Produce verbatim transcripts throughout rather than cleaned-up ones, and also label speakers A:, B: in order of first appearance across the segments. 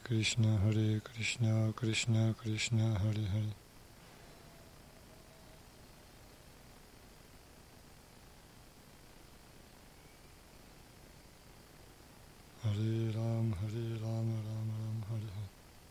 A: Krishna, Hare Krishna, Krishna Krishna, Hare Hare. Hare Ram, Hare Ram, Ram Ram, Hare Hare.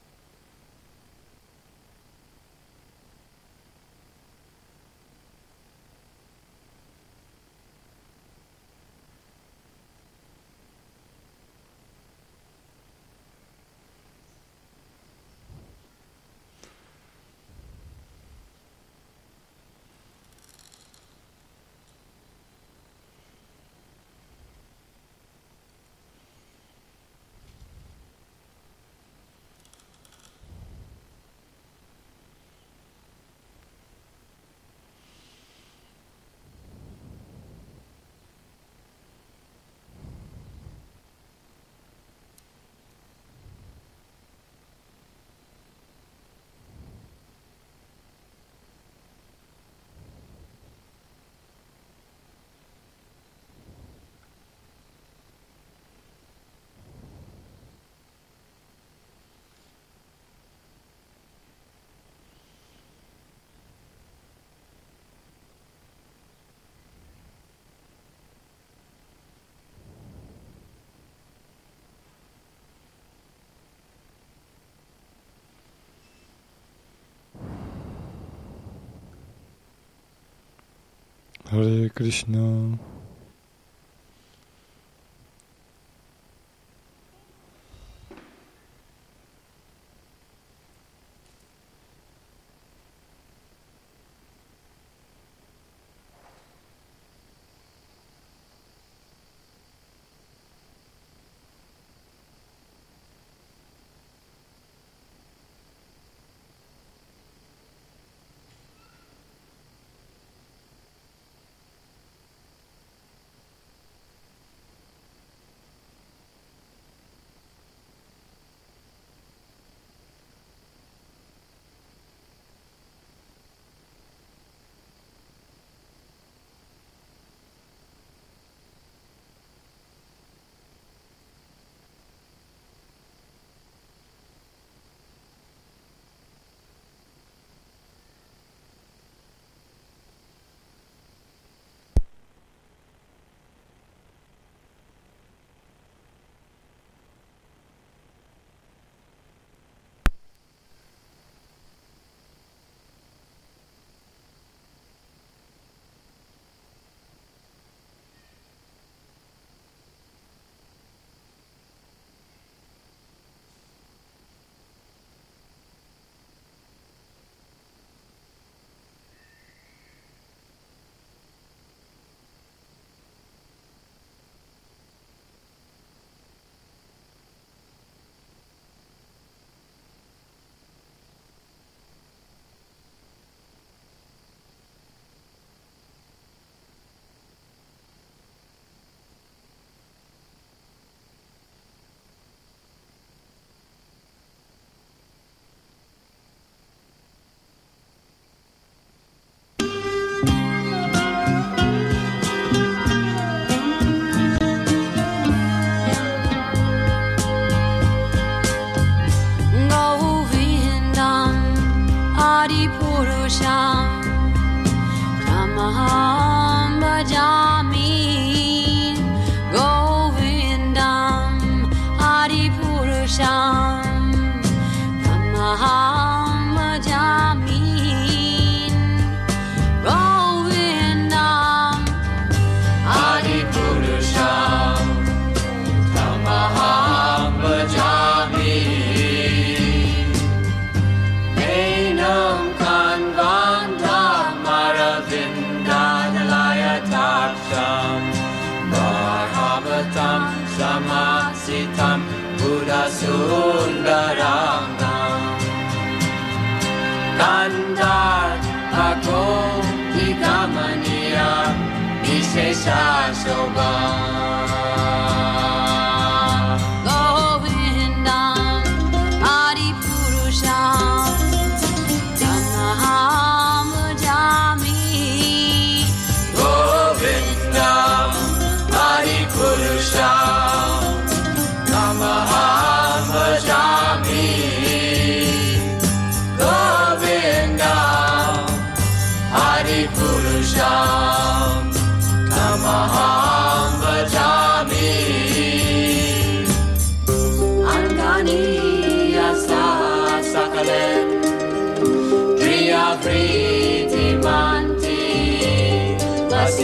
A: Hare Krishna.
B: Samasitam Buddha Sundarangam Kandar Ako Nikamaniya Vishesha Shobha Namaham Bhajami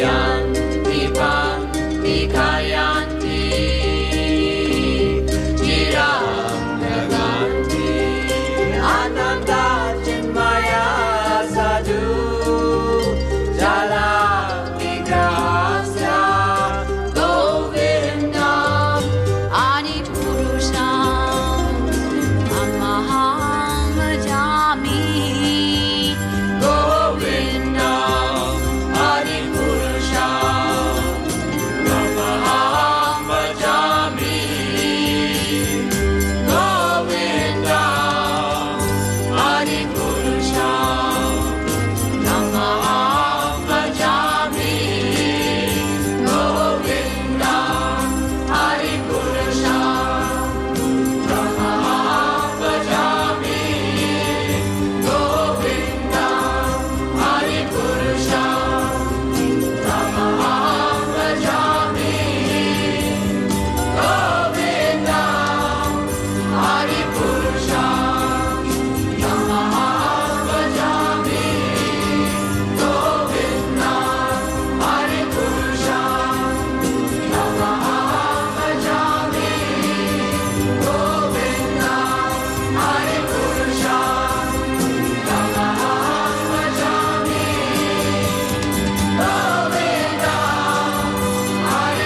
B: Yanti Panti Kayanti Chiram Naganti Ananda Chinmaya Sadhu Jala Vigrahasya Govindam Adi Purusham Amaham Bhajami Govindam Adi Purusham Amaham Bhajami Govindam Adi Purusham Amaham Bhajami Govindam Adi Purusham Amaham Bhajami Govindam Adi Purusham Amaham Bhajami Govindam Adi Purusham Amaham Bhajami Govindam Adi Purusham Amaham Bhajami Govindam Adi Purusham Amaham Bhajami Govindam Adi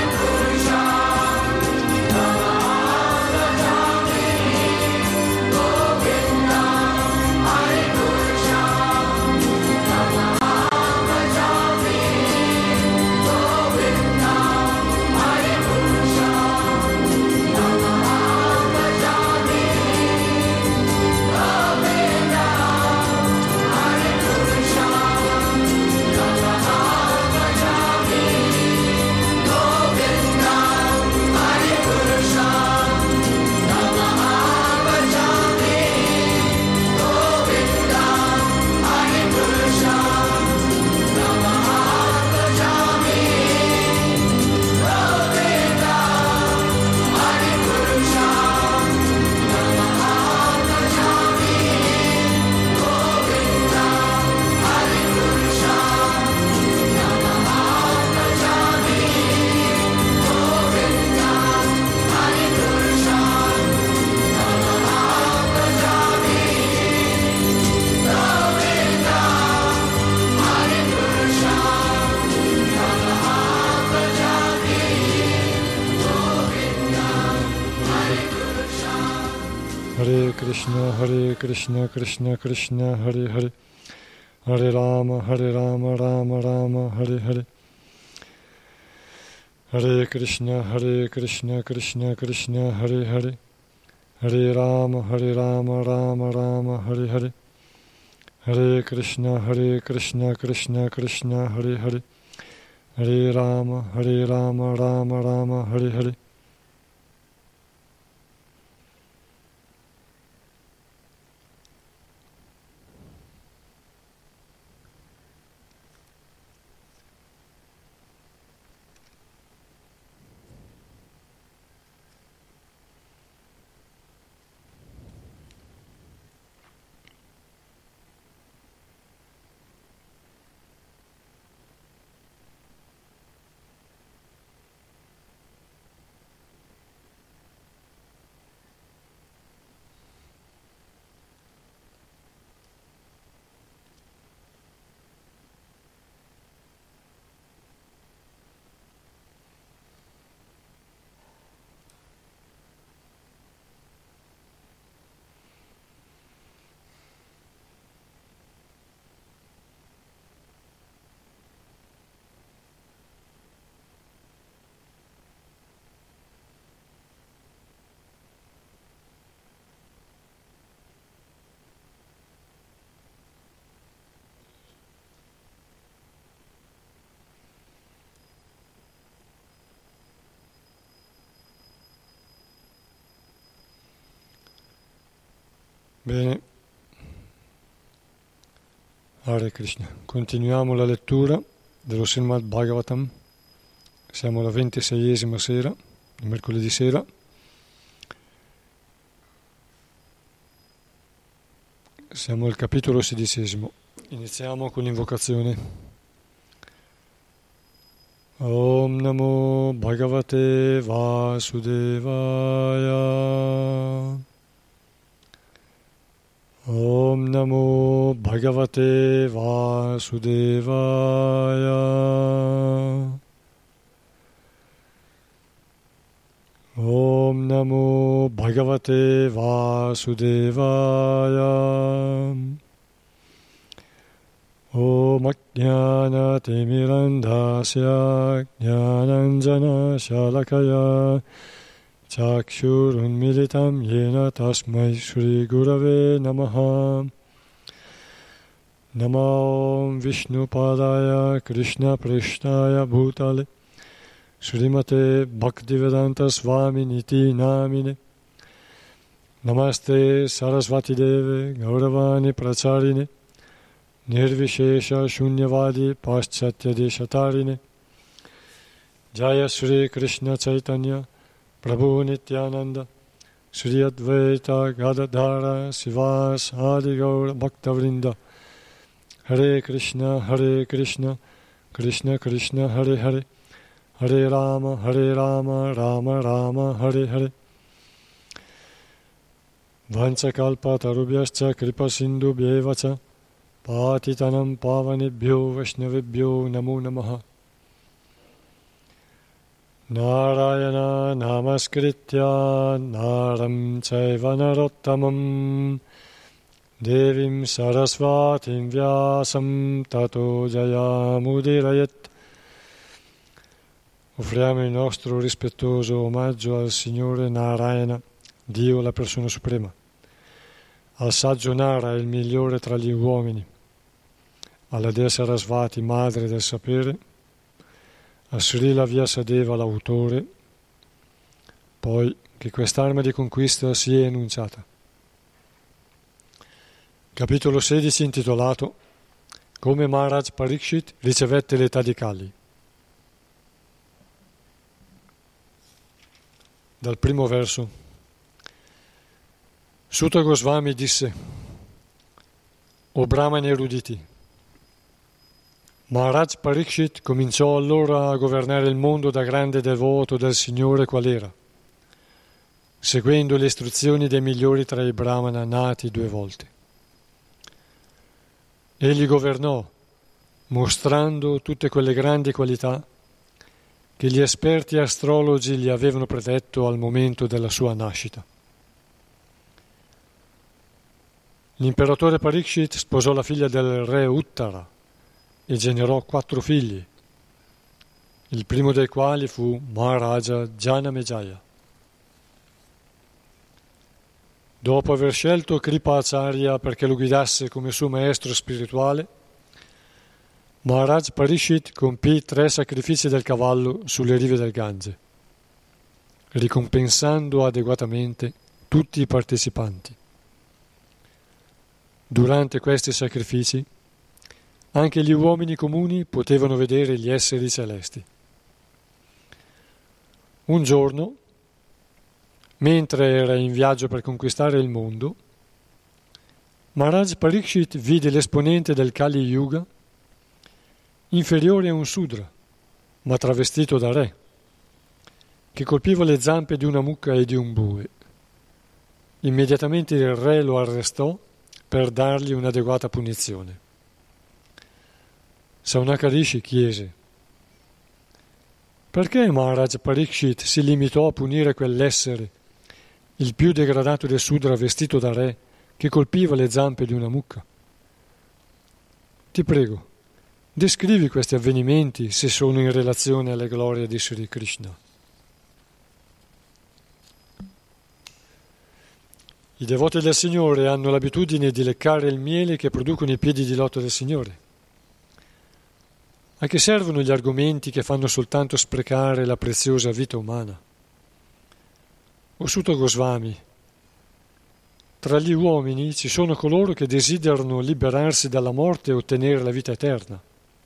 A: Hare Krishna, Hare Krishna, Krishna Krishna, Hare Hare, Hare Rama, Hare Rama, Rama Rama, Hare Hare. Hare Krishna, Hare Krishna, Krishna Krishna, Hare Hare, Hare Rama, Hare Rama, Rama Rama, Hare Hare. Hare Krishna, Hare Krishna, Krishna Krishna, Hare Hare, Hare Rama, Hare Rama, Rama Rama, Hare Hare. Bene, Hare Krishna. Continuiamo la lettura dello Srimad Bhagavatam. Siamo alla ventiseiesima sera, mercoledì sera. Siamo al capitolo sedicesimo. Iniziamo con l'invocazione. Om Namo Bhagavate Vasudevaya. Om Namo Bhagavate Vasudevaya. Om Namo Bhagavate Vasudevaya. Om Ajnana Timirandasya Jnananjana Shalakaya Chakshurunmilitam Yena Tasmai Shri Gurave Namaha. Namo Vishnu Padaya Krishna Prishtaya Bhutale Srimate Bhaktivedanta Swami Niti Namine. Namaste Sarasvati Deve Gauravani Pracharine Nirvishesha Shunyavadi Paschatya Deshatarine. Jaya Sri Krishna Chaitanya Prabhu Nityananda Sri Advaita Gadadhara Sivas Adi Gaur Bhaktavrinda. Hare Krishna Hare Krishna Krishna Krishna Hare Hare Hare Rama Hare Rama Rama Rama Hare Hare. Vanchakalpa tarubhyascha kripa sindhu bhyevacha Patitanam pavanebhyo vaishnavebhyo namo namaha. Narayana namaskritya naram chaiva narottamam devim sarasvatim vyasam tato jayamudirayat. Offriamo il nostro rispettoso omaggio al Signore Narayana, Dio la persona suprema, al saggio Nara, il migliore tra gli uomini, alla dea Sarasvati, madre del sapere, a Srila Vyasadeva, l'autore, poi che quest'arma di conquista sia enunciata. Capitolo sedici, intitolato Come Maharaj Parikshit ricevette l'età di Kali. Dal primo verso. Sutta Goswami disse: O Brahmani eruditi, Maharaj Parikshit cominciò allora a governare il mondo da grande devoto del Signore qual era, seguendo le istruzioni dei migliori tra i Brahmana nati due volte. Egli governò mostrando tutte quelle grandi qualità che gli esperti astrologi gli avevano predetto al momento della sua nascita. L'imperatore Parikshit sposò la figlia del re Uttara e generò quattro figli, il primo dei quali fu Maharaja Janamejaya. Dopo aver scelto Kripa Acharya perché lo guidasse come suo maestro spirituale, Maharaj Parikshit compì tre sacrifici del cavallo sulle rive del Gange, ricompensando adeguatamente tutti i partecipanti. Durante questi sacrifici, anche gli uomini comuni potevano vedere gli esseri celesti. Un giorno, mentre era in viaggio per conquistare il mondo, Maharaj Parikshit vide l'esponente del Kali Yuga inferiore a un Sudra, ma travestito da re, che colpiva le zampe di una mucca e di un bue. Immediatamente il re lo arrestò per dargli un'adeguata punizione. Saunaka Rishi chiese: perché Maharaj Parikshit si limitò a punire quell'essere, il più degradato del Sudra vestito da re, che colpiva le zampe di una mucca? Ti prego, descrivi questi avvenimenti se sono in relazione alle glorie di Sri Krishna. I devoti del Signore hanno l'abitudine di leccare il miele che producono i piedi di loto del Signore. A che servono gli argomenti che fanno soltanto sprecare la preziosa vita umana? O Sutta Goswami, tra gli uomini ci sono coloro che desiderano liberarsi dalla morte e ottenere la vita eterna.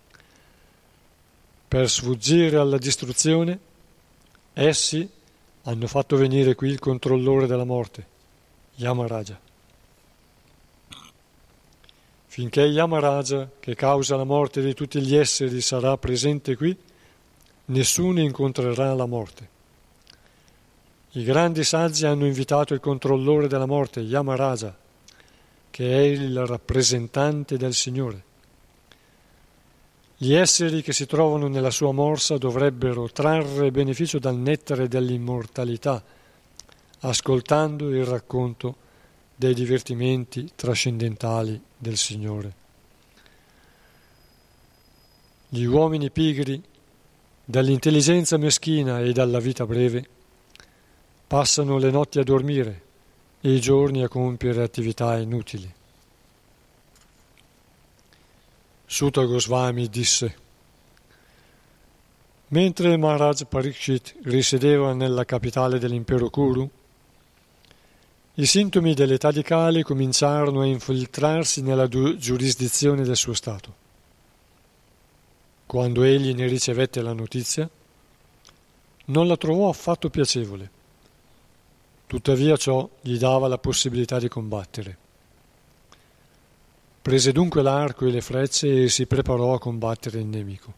A: Per sfuggire alla distruzione, essi hanno fatto venire qui il controllore della morte, Yamaraja. Finché Yamaraja, che causa la morte di tutti gli esseri, sarà presente qui, nessuno incontrerà la morte. I grandi saggi hanno invitato il controllore della morte, Yamaraja, che è il rappresentante del Signore. Gli esseri che si trovano nella sua morsa dovrebbero trarre beneficio dal nettare dell'immortalità, ascoltando il racconto dei divertimenti trascendentali del Signore. Gli uomini pigri, dall'intelligenza meschina e dalla vita breve, passano le notti a dormire e i giorni a compiere attività inutili. Sutta Goswami disse: mentre Maharaj Parikshit risiedeva nella capitale dell'impero Kuru, i sintomi dell'età di Kali cominciarono a infiltrarsi nella du- giurisdizione del suo stato. Quando egli ne ricevette la notizia, non la trovò affatto piacevole. Tuttavia ciò gli dava la possibilità di combattere. Prese dunque l'arco e le frecce e si preparò a combattere il nemico.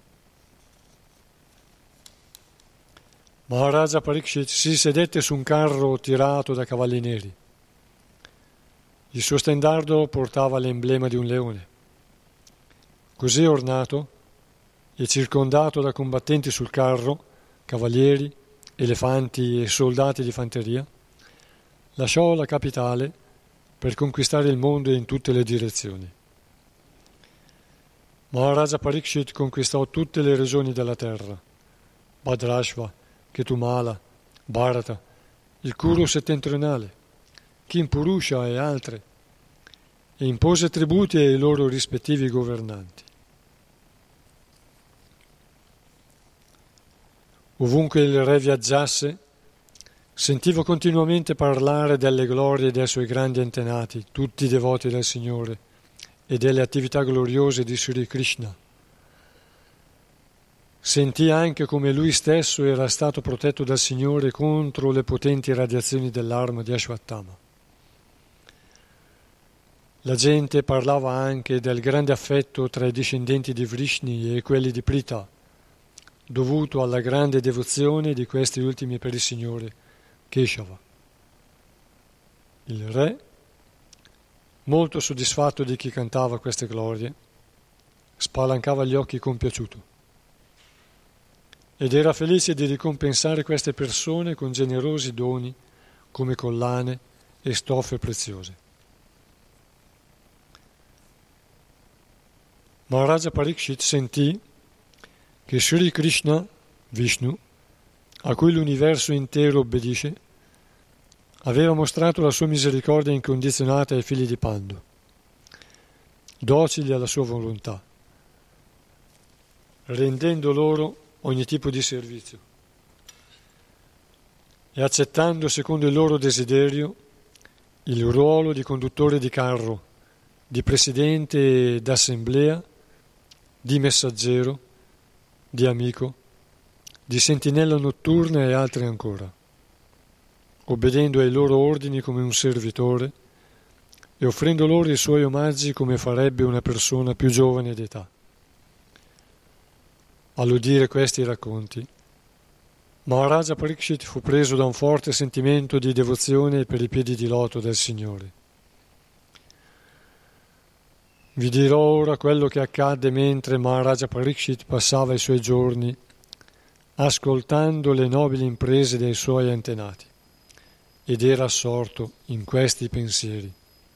A: Maharaja Parikshit si sedette su un carro tirato da cavalli neri. Il suo stendardo portava l'emblema di un leone. Così ornato e circondato da combattenti sul carro, cavalieri, elefanti e soldati di fanteria, lasciò la capitale per conquistare il mondo in tutte le direzioni. Maharaja Parikshit conquistò tutte le regioni della terra: Bhadrashva, Ketumala, Bharata, il Kuru settentrionale, Kimpurusha e altre, e impose tributi ai loro rispettivi governanti. Ovunque il re viaggiasse, sentiva continuamente parlare delle glorie dei suoi grandi antenati, tutti devoti del Signore, e delle attività gloriose di Sri Krishna. Sentì anche come lui stesso era stato protetto dal Signore contro le potenti radiazioni dell'arma di Ashwatthama. La gente parlava anche del grande affetto tra i discendenti di Vrishni e quelli di Pritha, dovuto alla grande devozione di questi ultimi per il Signore Keshava. Il re, molto soddisfatto di chi cantava queste glorie, spalancava gli occhi compiaciuto ed era felice di ricompensare queste persone con generosi doni come collane e stoffe preziose. Maharaja Parikshit sentì che Sri Krishna, Vishnu, a cui l'universo intero obbedisce, aveva mostrato la sua misericordia incondizionata ai figli di Pandu, docili alla sua volontà, rendendo loro ogni tipo di servizio e accettando secondo il loro desiderio il ruolo di conduttore di carro, di presidente d'assemblea, di messaggero, di amico, di sentinella notturna e altri ancora, obbedendo ai loro ordini come un servitore e offrendo loro i suoi omaggi come farebbe una persona più giovane d'età. All'udire questi racconti, Maharaja Parikshit fu preso da un forte sentimento di devozione per i piedi di loto del Signore. Vi dirò ora quello che accadde mentre Maharaja Parikshit passava i suoi giorni ascoltando le nobili imprese dei suoi antenati ed era assorto in questi pensieri.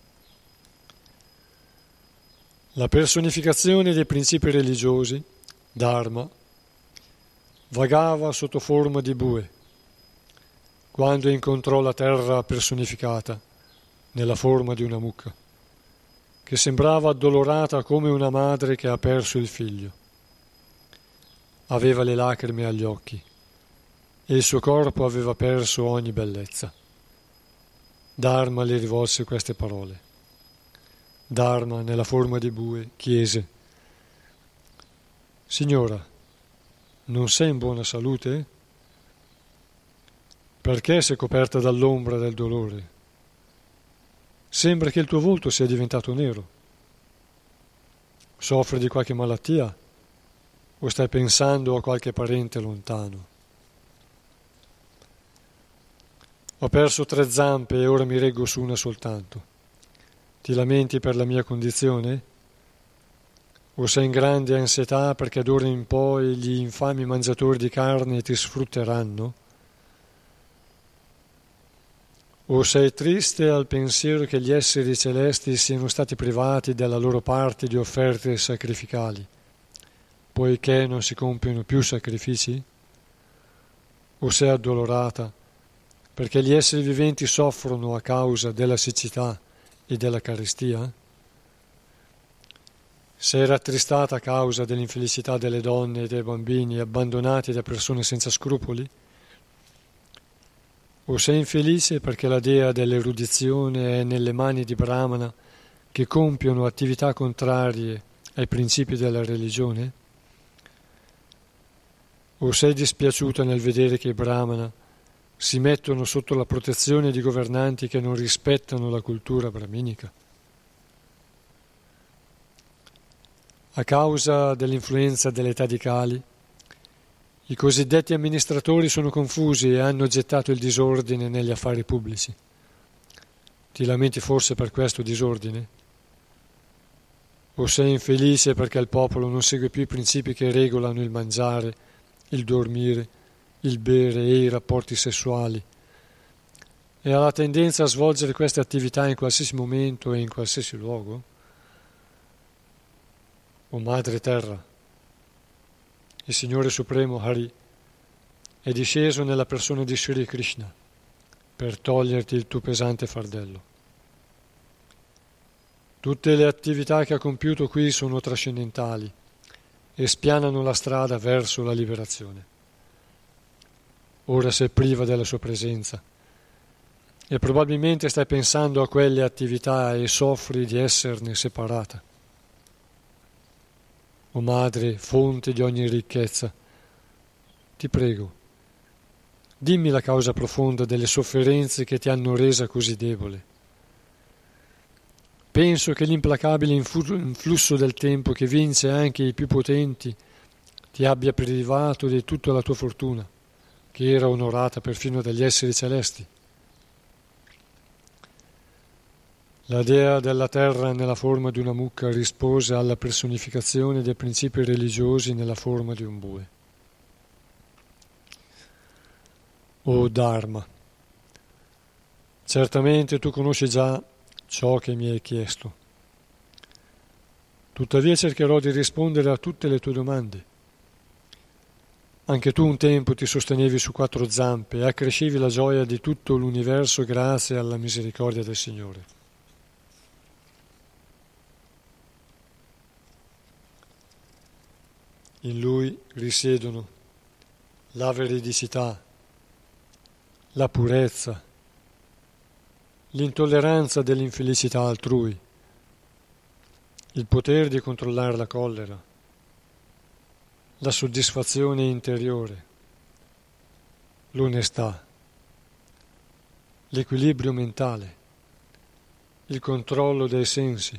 A: La personificazione dei principi religiosi, Dharma, vagava sotto forma di bue quando incontrò la terra personificata nella forma di una mucca, che sembrava addolorata come una madre che ha perso il figlio. Aveva le lacrime agli occhi e il suo corpo aveva perso ogni bellezza. Dharma le rivolse queste parole. Dharma, nella forma di bue, chiese: Signora, non sei in buona salute? Perché sei coperta dall'ombra del dolore? Sembra che il tuo volto sia diventato nero. Soffri di qualche malattia o stai pensando a qualche parente lontano? Ho perso tre zampe e ora mi reggo su una soltanto. Ti lamenti per la mia condizione? O sei in grande ansietà perché d'ora in poi gli infami mangiatori di carne ti sfrutteranno? O sei triste al pensiero che gli esseri celesti siano stati privati della loro parte di offerte sacrificali, poiché non si compiono più sacrifici? O sei addolorata perché gli esseri viventi soffrono a causa della siccità e della carestia? Sei rattristata a causa dell'infelicità delle donne e dei bambini abbandonati da persone senza scrupoli? O sei infelice perché la dea dell'erudizione è nelle mani di Brahmana che compiono attività contrarie ai principi della religione? O sei dispiaciuta nel vedere che i Brahmana si mettono sotto la protezione di governanti che non rispettano la cultura brahminica? A causa dell'influenza delle età di Kali, i cosiddetti amministratori sono confusi e hanno gettato il disordine negli affari pubblici. Ti lamenti forse per questo disordine? O sei infelice perché il popolo non segue più i principi che regolano il mangiare, il dormire, il bere e i rapporti sessuali, e ha la tendenza a svolgere queste attività in qualsiasi momento e in qualsiasi luogo? O Madre Terra, il Signore Supremo Hari è disceso nella persona di Sri Krishna per toglierti il tuo pesante fardello. Tutte le attività che ha compiuto qui sono trascendentali e spianano la strada verso la liberazione. Ora sei priva della sua presenza e probabilmente stai pensando a quelle attività e soffri di esserne separata. O Madre, fonte di ogni ricchezza, ti prego, dimmi la causa profonda delle sofferenze che ti hanno resa così debole. Penso che l'implacabile influsso del tempo che vince anche i più potenti ti abbia privato di tutta la tua fortuna, che era onorata perfino dagli esseri celesti. La dea della terra nella forma di una mucca rispose alla personificazione dei principi religiosi nella forma di un bue. O Dharma, certamente tu conosci già ciò che mi hai chiesto. Tuttavia cercherò di rispondere a tutte le tue domande. Anche tu un tempo ti sostenevi su quattro zampe e accrescevi la gioia di tutto l'universo grazie alla misericordia del Signore. In Lui risiedono la veridicità, la purezza, l'intolleranza dell'infelicità altrui, il potere di controllare la collera, la soddisfazione interiore, l'onestà, l'equilibrio mentale, il controllo dei sensi,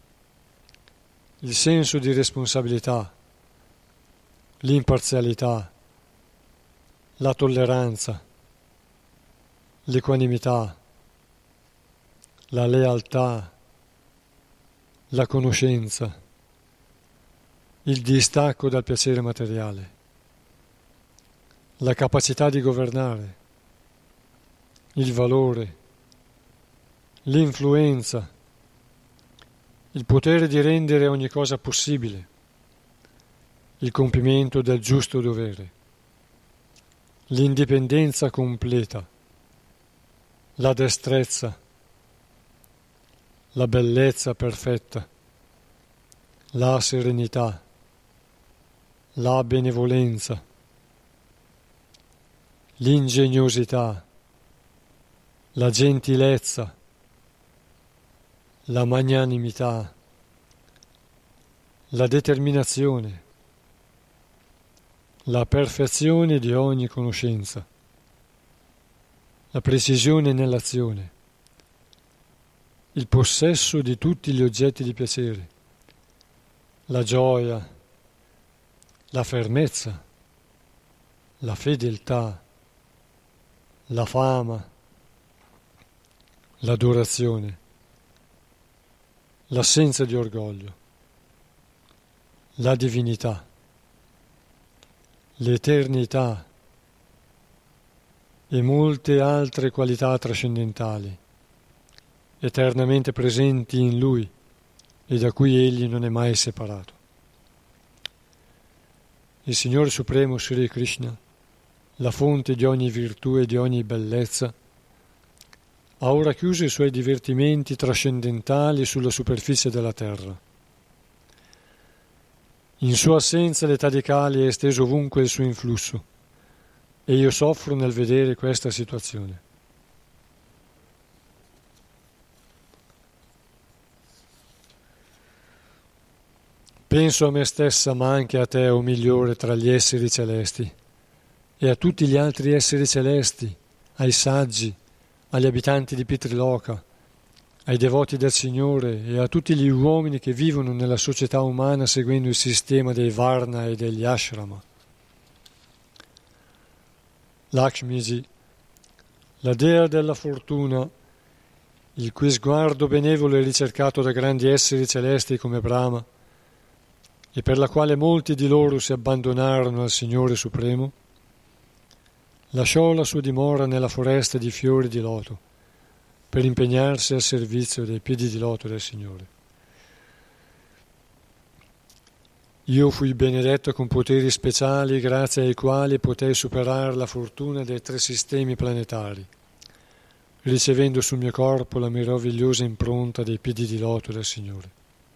A: il senso di responsabilità, l'imparzialità, la tolleranza, l'equanimità, la lealtà, la conoscenza, il distacco dal piacere materiale, la capacità di governare, il valore, l'influenza, il potere di rendere ogni cosa possibile, il compimento del giusto dovere, l'indipendenza completa, la destrezza, la bellezza perfetta, la serenità, la benevolenza, l'ingegnosità, la gentilezza, la magnanimità, la determinazione, la perfezione di ogni conoscenza, la precisione nell'azione, il possesso di tutti gli oggetti di piacere, la gioia, la fermezza, la fedeltà, la fama, l'adorazione, l'assenza di orgoglio, la divinità, l'eternità e molte altre qualità trascendentali, eternamente presenti in Lui e da cui Egli non è mai separato. Il Signore Supremo Sri Krishna, la fonte di ogni virtù e di ogni bellezza, ha ora chiuso i suoi divertimenti trascendentali sulla superficie della terra. In sua assenza l'età di Kali è esteso ovunque il suo influsso, e io soffro nel vedere questa situazione. Penso a me stessa, ma anche a te, o migliore tra gli esseri celesti, e a tutti gli altri esseri celesti, ai saggi, agli abitanti di Pitriloka, ai devoti del Signore e a tutti gli uomini che vivono nella società umana seguendo il sistema dei Varna e degli Ashrama. Lakshmiji, la dea della fortuna, il cui sguardo benevolo è ricercato da grandi esseri celesti come Brahma, e per la quale molti di loro si abbandonarono al Signore Supremo, lasciò la sua dimora nella foresta di fiori di loto per impegnarsi al servizio dei piedi di loto del Signore. Io fui benedetto con poteri speciali grazie ai quali potei superare la fortuna dei tre sistemi planetari, ricevendo sul mio corpo la meravigliosa impronta dei piedi di loto del Signore,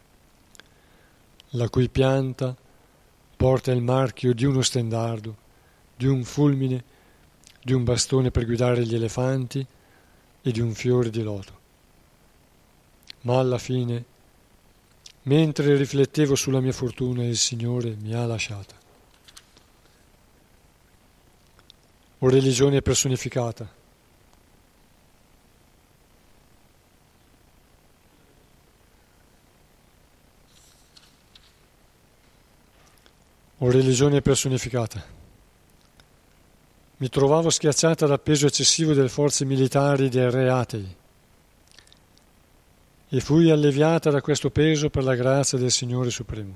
A: la cui pianta porta il marchio di uno stendardo, di un fulmine, di un bastone per guidare gli elefanti e di un fiore di loto. Ma alla fine, mentre riflettevo sulla mia fortuna, il Signore mi ha lasciata. O religione personificata, o religione personificata. Mi trovavo schiacciata dal peso eccessivo delle forze militari dei re atei e fui alleviata da questo peso per la grazia del Signore Supremo.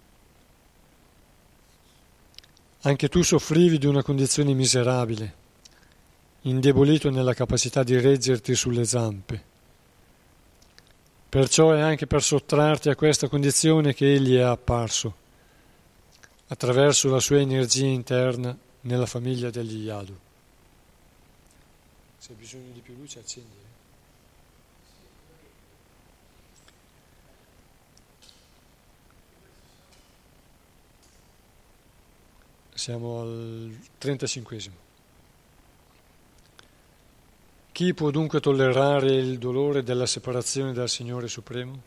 A: Anche tu soffrivi di una condizione miserabile, indebolito nella capacità di reggerti sulle zampe. Perciò è anche per sottrarti a questa condizione che Egli è apparso, attraverso la sua energia interna, nella famiglia degli Yadu. Se hai bisogno di più luce, accendi. Siamo al trentacinquesimo. Chi può dunque tollerare il dolore della separazione dal Signore Supremo?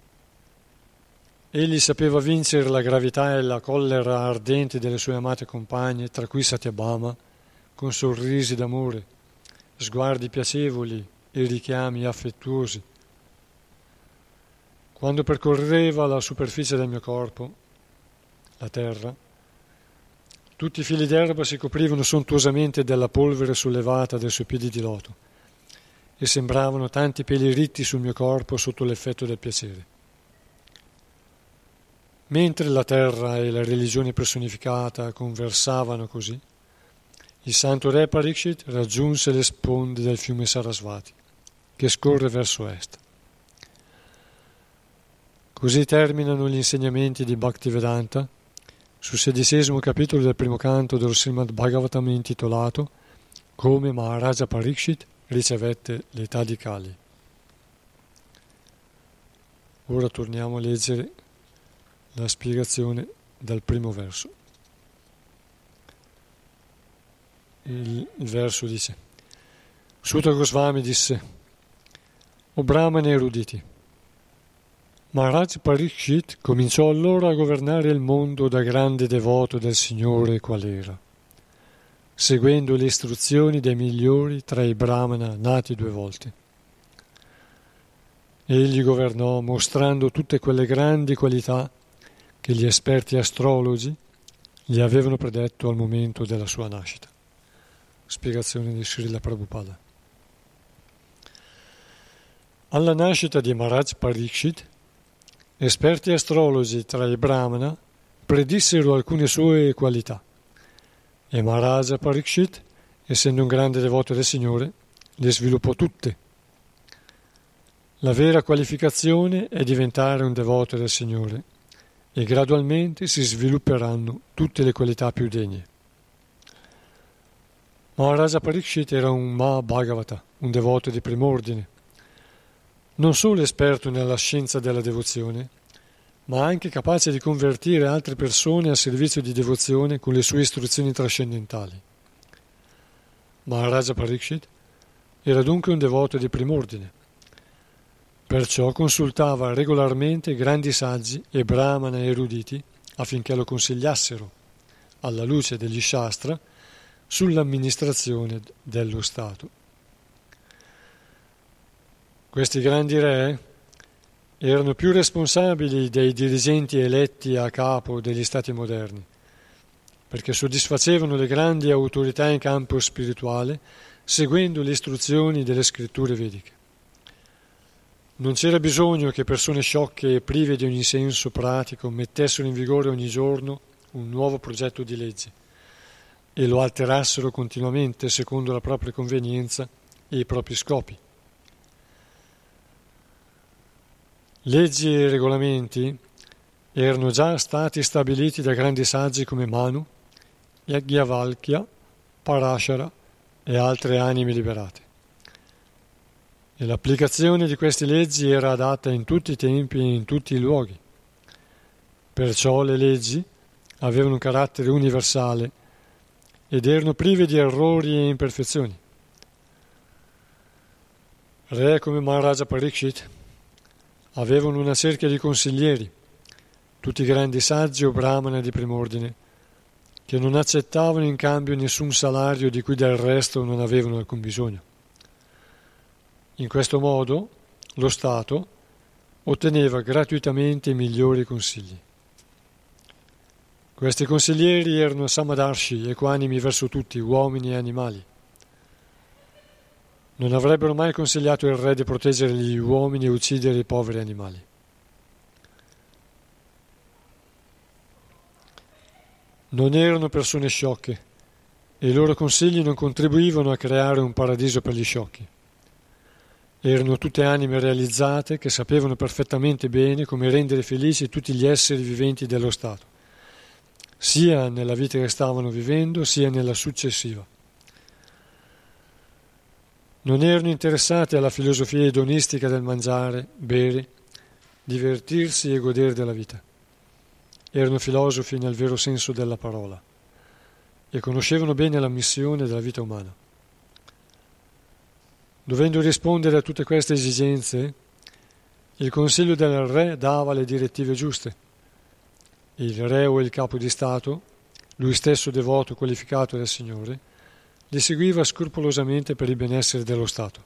A: Egli sapeva vincere la gravità e la collera ardenti delle sue amate compagne, tra cui Satyabhama, con sorrisi d'amore, sguardi piacevoli e richiami affettuosi. Quando percorreva la superficie del mio corpo, la terra, tutti i fili d'erba si coprivano sontuosamente della polvere sollevata dai suoi piedi di loto e sembravano tanti peli ritti sul mio corpo sotto l'effetto del piacere. Mentre la terra e la religione personificata conversavano così, il santo re Parikshit raggiunse le sponde del fiume Sarasvati, che scorre verso est. Così terminano gli insegnamenti di Bhaktivedanta sul sedicesimo capitolo del primo canto dello Srimad Bhagavatam intitolato Come Maharaja Parikshit ricevette l'età di Kali. Ora torniamo a leggere la spiegazione dal primo verso. Il, il verso dice: Sutta Goswami disse: O brahmani eruditi, Maharaj Parikshit cominciò allora a governare il mondo da grande devoto del Signore qual era, seguendo le istruzioni dei migliori tra i brahmana nati due volte. Egli governò mostrando tutte quelle grandi qualità che gli esperti astrologi, gli avevano predetto al momento della sua nascita. Spiegazione di Srila Prabhupada. Alla nascita di Maharaj Parikshit, esperti astrologi tra i Brahmana predissero alcune sue qualità e Maharaj Parikshit, essendo un grande devoto del Signore, le sviluppò tutte. La vera qualificazione è diventare un devoto del Signore e gradualmente si svilupperanno tutte le qualità più degne. Maharaja Parikshit era un Mahabhagavata, un devoto di prim'ordine, non solo esperto nella scienza della devozione, ma anche capace di convertire altre persone al servizio di devozione con le sue istruzioni trascendentali. Maharaja Parikshit era dunque un devoto di prim'ordine, perciò consultava regolarmente grandi saggi e brahmana eruditi affinché lo consigliassero, alla luce degli Shastra, sull'amministrazione dello Stato. Questi grandi re erano più responsabili dei dirigenti eletti a capo degli stati moderni, perché soddisfacevano le grandi autorità in campo spirituale seguendo le istruzioni delle scritture vediche. Non c'era bisogno che persone sciocche e prive di ogni senso pratico mettessero in vigore ogni giorno un nuovo progetto di legge e lo alterassero continuamente secondo la propria convenienza e i propri scopi. Leggi e regolamenti erano già stati stabiliti da grandi saggi come Manu, Yajnavalkya, Parashara e altre anime liberate. E l'applicazione di queste leggi era adatta in tutti i tempi e in tutti i luoghi. Perciò le leggi avevano un carattere universale ed erano prive di errori e imperfezioni. Re come Maharaja Parikshit avevano una cerchia di consiglieri, tutti grandi saggi o brahmana di prim'ordine, che non accettavano in cambio nessun salario di cui del resto non avevano alcun bisogno. In questo modo lo Stato otteneva gratuitamente i migliori consigli. Questi consiglieri erano Samadarshi, equanimi verso tutti, uomini e animali. Non avrebbero mai consigliato il re di proteggere gli uomini e uccidere i poveri animali. Non erano persone sciocche e i loro consigli non contribuivano a creare un paradiso per gli sciocchi. Erano tutte anime realizzate che sapevano perfettamente bene come rendere felici tutti gli esseri viventi dello Stato, sia nella vita che stavano vivendo, sia nella successiva. Non erano interessati alla filosofia edonistica del mangiare, bere, divertirsi e godere della vita. Erano filosofi nel vero senso della parola e conoscevano bene la missione della vita umana. Dovendo rispondere a tutte queste esigenze, il consiglio del re dava le direttive giuste. Il re o il capo di Stato, lui stesso devoto qualificato dal Signore, li seguiva scrupolosamente per il benessere dello Stato.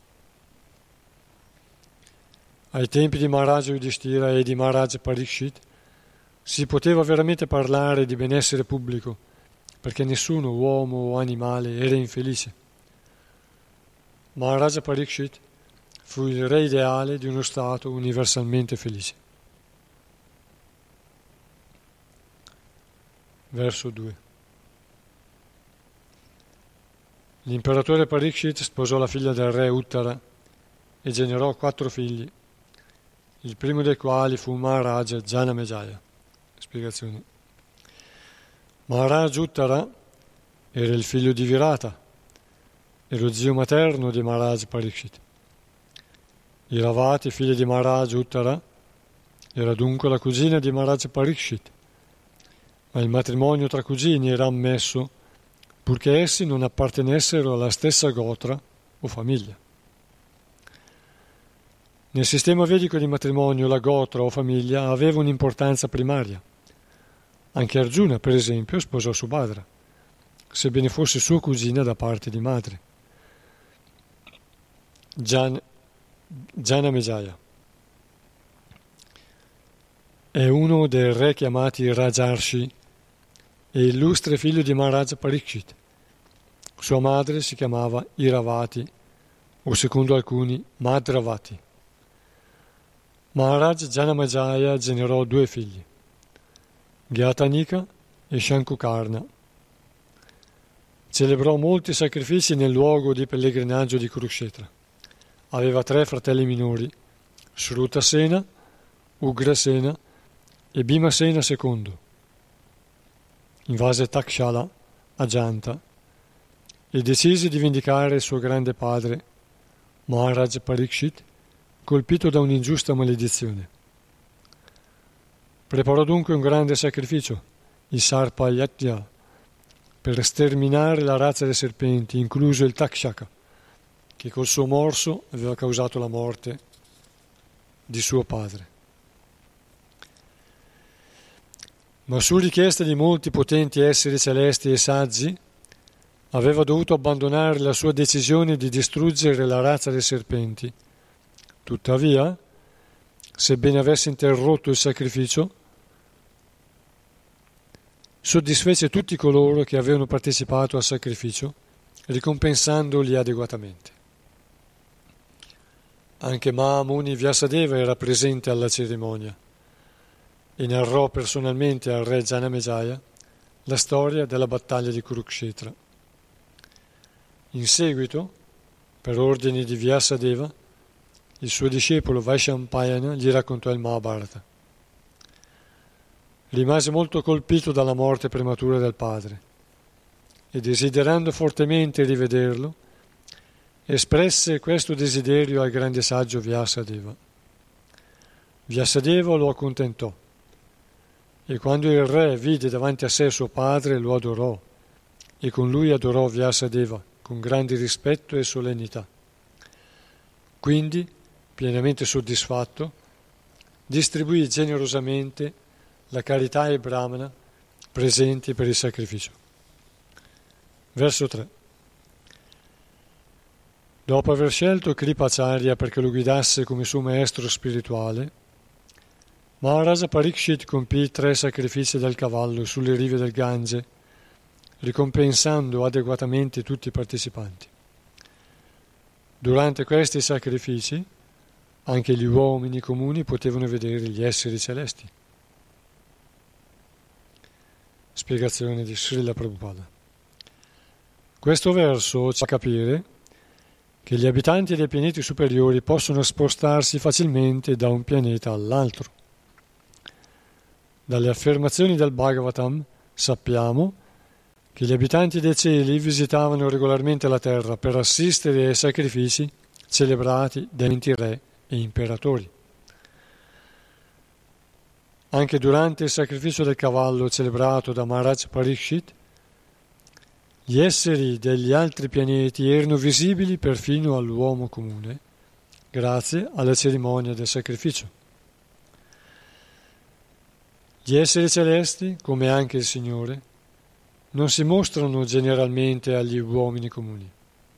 A: Ai tempi di Maharaja Yudhishthira e di Maharaj Parikshit si poteva veramente parlare di benessere pubblico, perché nessuno, uomo o animale, era infelice. Maharaja Parikshit fu il re ideale di uno Stato universalmente felice. Verso due. L'imperatore Parikshit sposò la figlia del re Uttara e generò quattro figli, il primo dei quali fu Maharaja Janamejaya. Spiegazione. Maharaj Uttara era il figlio di Virata e lo zio materno di Maharaj Parikshit. Iravati, figlia di Maharaj Uttara, era dunque la cugina di Maharaj Parikshit, ma il matrimonio tra cugini era ammesso purché essi non appartenessero alla stessa gotra o famiglia. Nel sistema vedico di matrimonio la gotra o famiglia aveva un'importanza primaria. Anche Arjuna, per esempio, sposò Subhadra, sebbene fosse sua cugina da parte di madre. Jan, Janamejaya è uno dei re chiamati Rajarshi e illustre figlio di Maharaj Parikshit. Sua madre si chiamava Iravati, o secondo alcuni Madravati. Maharaj Janamejaya generò due figli, Gyatanika e Shankukarna. Celebrò molti sacrifici nel luogo di pellegrinaggio di Kurukshetra. Aveva tre fratelli minori, Shrutasena, Ugrasena e Bhimasena secondo. Invase Takshala, Ajanta, e decise di vendicare il suo grande padre, Maharaj Parikshit, colpito da un'ingiusta maledizione. Preparò dunque un grande sacrificio, il Sarpa Yajna, per sterminare la razza dei serpenti, incluso il Takshaka, che col suo morso aveva causato la morte di suo padre. Ma su richiesta di molti potenti esseri celesti e saggi, aveva dovuto abbandonare la sua decisione di distruggere la razza dei serpenti. Tuttavia, sebbene avesse interrotto il sacrificio, soddisfece tutti coloro che avevano partecipato al sacrificio, ricompensandoli adeguatamente. Anche Mahamuni Vyasadeva era presente alla cerimonia e narrò personalmente al re Janamejaya la storia della battaglia di Kurukshetra. In seguito, per ordine di Vyasadeva, il suo discepolo Vaishampayana gli raccontò il Mahabharata. Rimase molto colpito dalla morte prematura del padre e, desiderando fortemente rivederlo, espresse questo desiderio al grande saggio Vyasadeva. Vyasadeva lo accontentò e quando il re vide davanti a sé suo padre lo adorò e con lui adorò Vyasadeva con grande rispetto e solennità. Quindi, pienamente soddisfatto, distribuì generosamente la carità ai brahmana presenti per il sacrificio. Verso tre. Dopo aver scelto Kripacharya perché lo guidasse come suo maestro spirituale, Maharaja Parikshit compì tre sacrifici del cavallo sulle rive del Gange, ricompensando adeguatamente tutti i partecipanti. Durante questi sacrifici, anche gli uomini comuni potevano vedere gli esseri celesti. Spiegazione di Srila Prabhupada. Questo verso ci fa capire che gli abitanti dei pianeti superiori possono spostarsi facilmente da un pianeta all'altro. Dalle affermazioni del Bhagavatam sappiamo che gli abitanti dei cieli visitavano regolarmente la terra per assistere ai sacrifici celebrati dai re e imperatori. Anche durante il sacrificio del cavallo celebrato da Maharaj Parikshit, gli esseri degli altri pianeti erano visibili perfino all'uomo comune, grazie alla cerimonia del sacrificio. Gli esseri celesti, come anche il Signore, non si mostrano generalmente agli uomini comuni.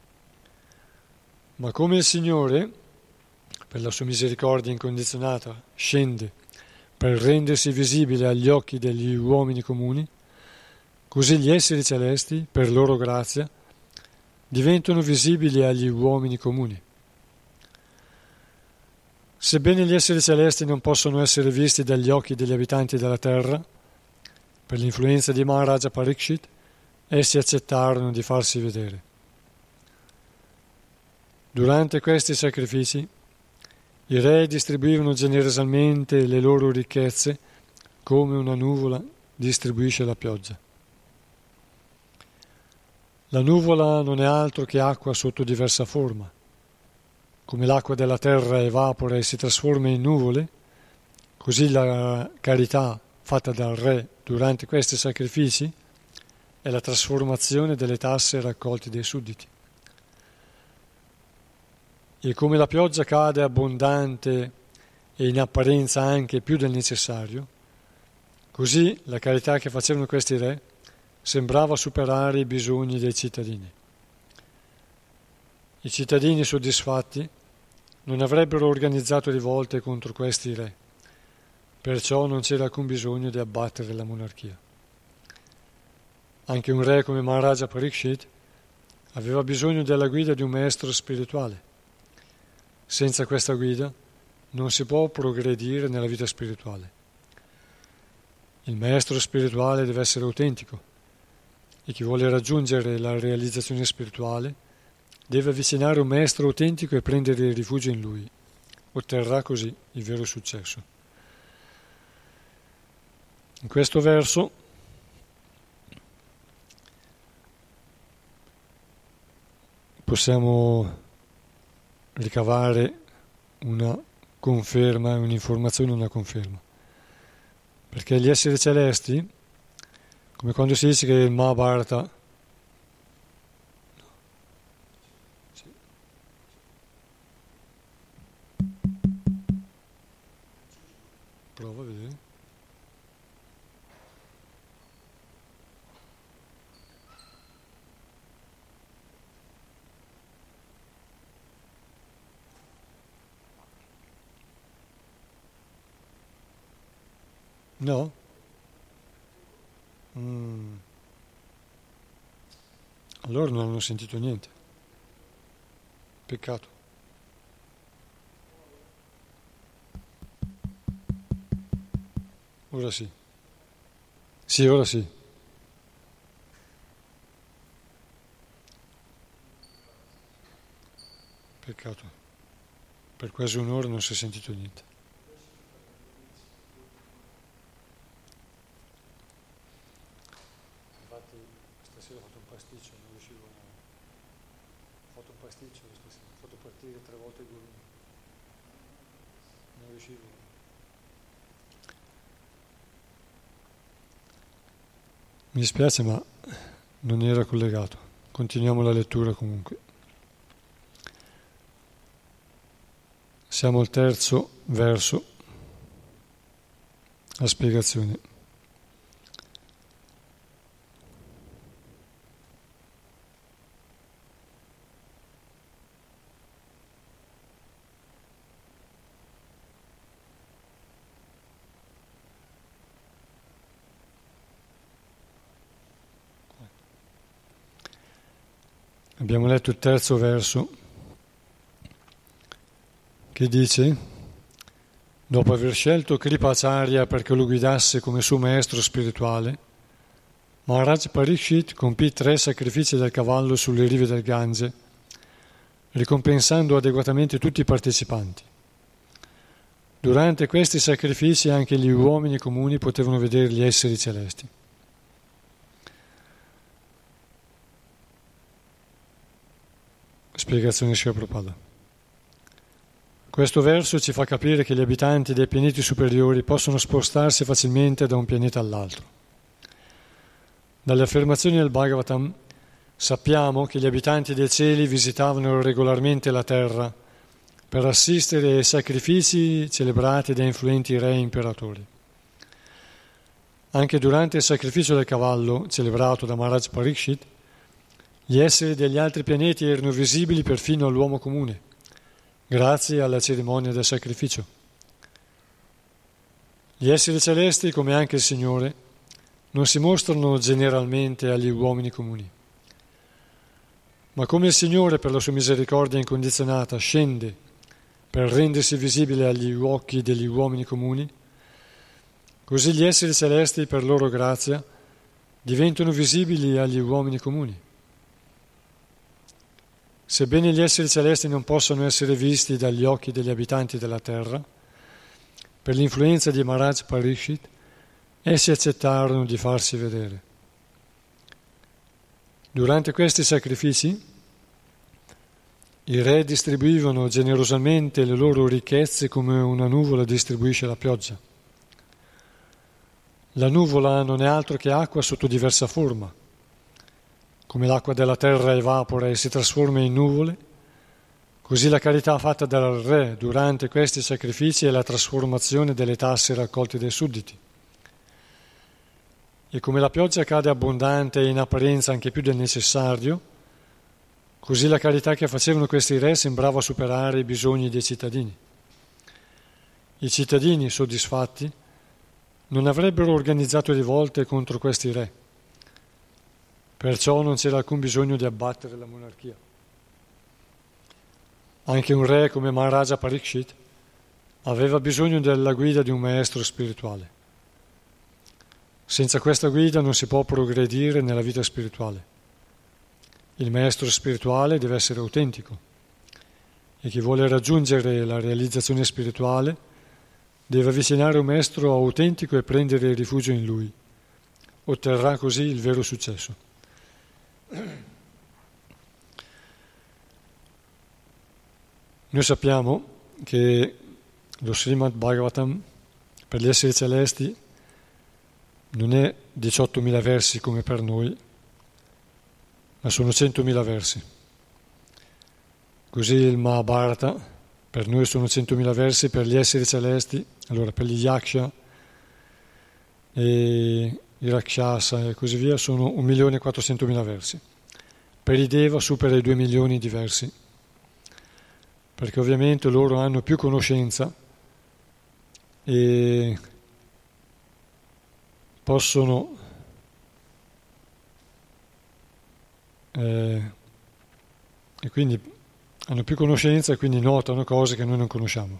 A: Ma come il Signore, per la sua misericordia incondizionata, scende per rendersi visibile agli occhi degli uomini comuni, così gli esseri celesti, per loro grazia, diventano visibili agli uomini comuni. Sebbene gli esseri celesti non possono essere visti dagli occhi degli abitanti della terra, per l'influenza di Maharaja Parikshit, essi accettarono di farsi vedere. Durante questi sacrifici, i re distribuivano generosamente le loro ricchezze come una nuvola distribuisce la pioggia. La nuvola non è altro che acqua sotto diversa forma. Come l'acqua della terra evapora e si trasforma in nuvole, così la carità fatta dal re durante questi sacrifici è la trasformazione delle tasse raccolte dai sudditi. E come la pioggia cade abbondante e in apparenza anche più del necessario, così la carità che facevano questi re sembrava superare i bisogni dei cittadini. I cittadini soddisfatti non avrebbero organizzato rivolte contro questi re, perciò non c'era alcun bisogno di abbattere la monarchia. Anche un re come Maharaja Parikshit aveva bisogno della guida di un maestro spirituale. Senza questa guida non si può progredire nella vita spirituale. Il maestro spirituale deve essere autentico e chi vuole raggiungere la realizzazione spirituale deve avvicinare un maestro autentico e prendere rifugio in lui. Otterrà così il vero successo. In questo verso possiamo ricavare una conferma, un'informazione, una conferma. Perché gli esseri celesti, come quando si dice che il Mahabharata prova a vedere. No? Mm. Allora non hanno sentito niente. Peccato. Ora sì. Sì, ora sì. Peccato. Per quasi un'ora non si è sentito niente. Infatti stasera ho fatto un pasticcio, non riuscivo a... Ho fatto un pasticcio stasera, ho fatto partire tre volte il volume. Non riuscivo. Mi dispiace, ma non era collegato. Continuiamo la lettura comunque. Siamo al terzo verso, la spiegazione. Abbiamo letto il terzo verso che dice: dopo aver scelto Kripacharya perché lo guidasse come suo maestro spirituale, Maharaj Parikshit compì tre sacrifici del cavallo sulle rive del Gange, ricompensando adeguatamente tutti i partecipanti. Durante questi sacrifici anche gli uomini comuni potevano vedere gli esseri celesti. Spiegazione Srila Prabhupada. Questo verso ci fa capire che gli abitanti dei pianeti superiori possono spostarsi facilmente da un pianeta all'altro. Dalle affermazioni del Bhagavatam sappiamo che gli abitanti dei cieli visitavano regolarmente la terra per assistere ai sacrifici celebrati da influenti re e imperatori. Anche durante il sacrificio del cavallo, celebrato da Maharaj Parikshit, gli esseri degli altri pianeti erano visibili perfino all'uomo comune, grazie alla cerimonia del sacrificio. Gli esseri celesti, come anche il Signore, non si mostrano generalmente agli uomini comuni. Ma come il Signore, per la sua misericordia incondizionata, scende per rendersi visibile agli occhi degli uomini comuni, così gli esseri celesti, per loro grazia, diventano visibili agli uomini comuni. Sebbene gli esseri celesti non possano essere visti dagli occhi degli abitanti della terra, per l'influenza di Maharaj Parikshit, essi accettarono di farsi vedere. Durante questi sacrifici, i re distribuivano generosamente le loro ricchezze come una nuvola distribuisce la pioggia. La nuvola non è altro che acqua sotto diversa forma. Come l'acqua della terra evapora e si trasforma in nuvole, così la carità fatta dal re durante questi sacrifici è la trasformazione delle tasse raccolte dai sudditi. E come la pioggia cade abbondante e in apparenza anche più del necessario, così la carità che facevano questi re sembrava superare i bisogni dei cittadini. I cittadini, soddisfatti, non avrebbero organizzato rivolte contro questi re, Perciò non c'era alcun bisogno di abbattere la monarchia. Anche un re come Maharaja Parikshit aveva bisogno della guida di un maestro spirituale. Senza questa guida non si può progredire nella vita spirituale. Il maestro spirituale deve essere autentico e chi vuole raggiungere la realizzazione spirituale deve avvicinare un maestro autentico e prendere rifugio in lui. Otterrà così il vero successo. Noi sappiamo che lo Srimad Bhagavatam per gli esseri celesti non è diciottomila versi come per noi, ma sono centomila versi. Così il Mahabharata per noi sono centomila versi, per gli esseri celesti, allora per gli Yaksha e i Rakshasa e così via sono un milione e quattrocentomila versi. Per i Deva supera i due milioni di versi, perché ovviamente loro hanno più conoscenza e possono eh, e quindi hanno più conoscenza e quindi notano cose che noi non conosciamo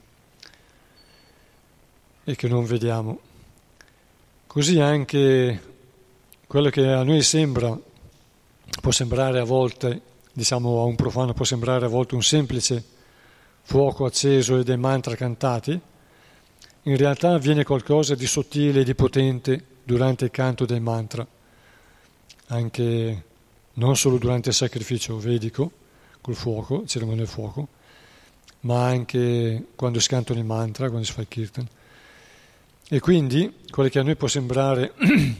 A: e che non vediamo. Così anche quello che a noi sembra, può sembrare a volte, diciamo a un profano, può sembrare a volte un semplice fuoco acceso e dei mantra cantati, in realtà avviene qualcosa di sottile e di potente durante il canto dei mantra, anche non solo durante il sacrificio vedico, col fuoco, cerimonia del fuoco, ma anche quando si cantano i mantra, quando si fa il kirtan. E quindi quello che a noi può sembrare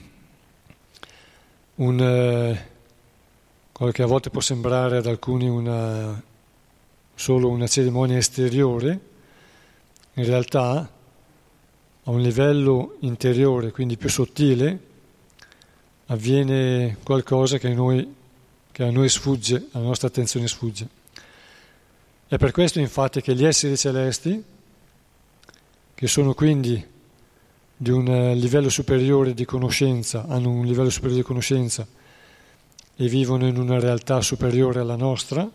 A: un eh, quello che a volte può sembrare ad alcuni una, solo una cerimonia esteriore, in realtà a un livello interiore, quindi più sottile, avviene qualcosa che a noi, che a noi sfugge, alla nostra attenzione sfugge. È per questo infatti che gli esseri celesti, che sono quindi di un livello superiore di conoscenza, hanno un livello superiore di conoscenza e vivono in una realtà superiore alla nostra,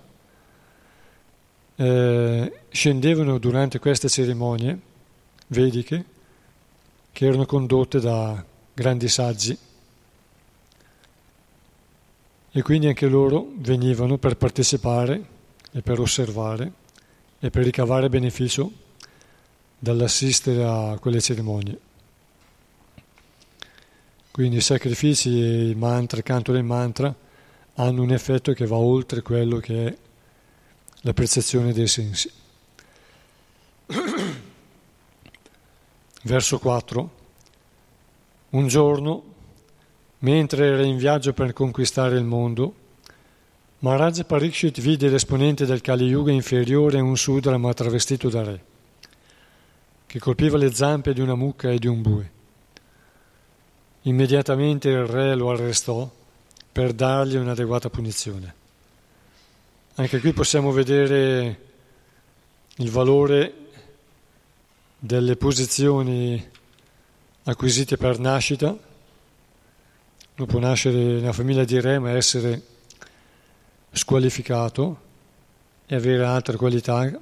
A: eh, scendevano durante queste cerimonie vediche che erano condotte da grandi saggi e quindi anche loro venivano per partecipare e per osservare e per ricavare beneficio dall'assistere a quelle cerimonie. Quindi i sacrifici e i mantra, il canto dei mantra hanno un effetto che va oltre quello che è la percezione dei sensi. Verso quattro. Un giorno, mentre era in viaggio per conquistare il mondo, Maharaja Parikshit vide l'esponente del Kali Yuga inferiore un Sudrama travestito da re, che colpiva le zampe di una mucca e di un bue. Immediatamente il re lo arrestò per dargli un'adeguata punizione. Anche qui possiamo vedere il valore delle posizioni acquisite per nascita. Uno può nascere nella famiglia di re ma essere squalificato e avere altre qualità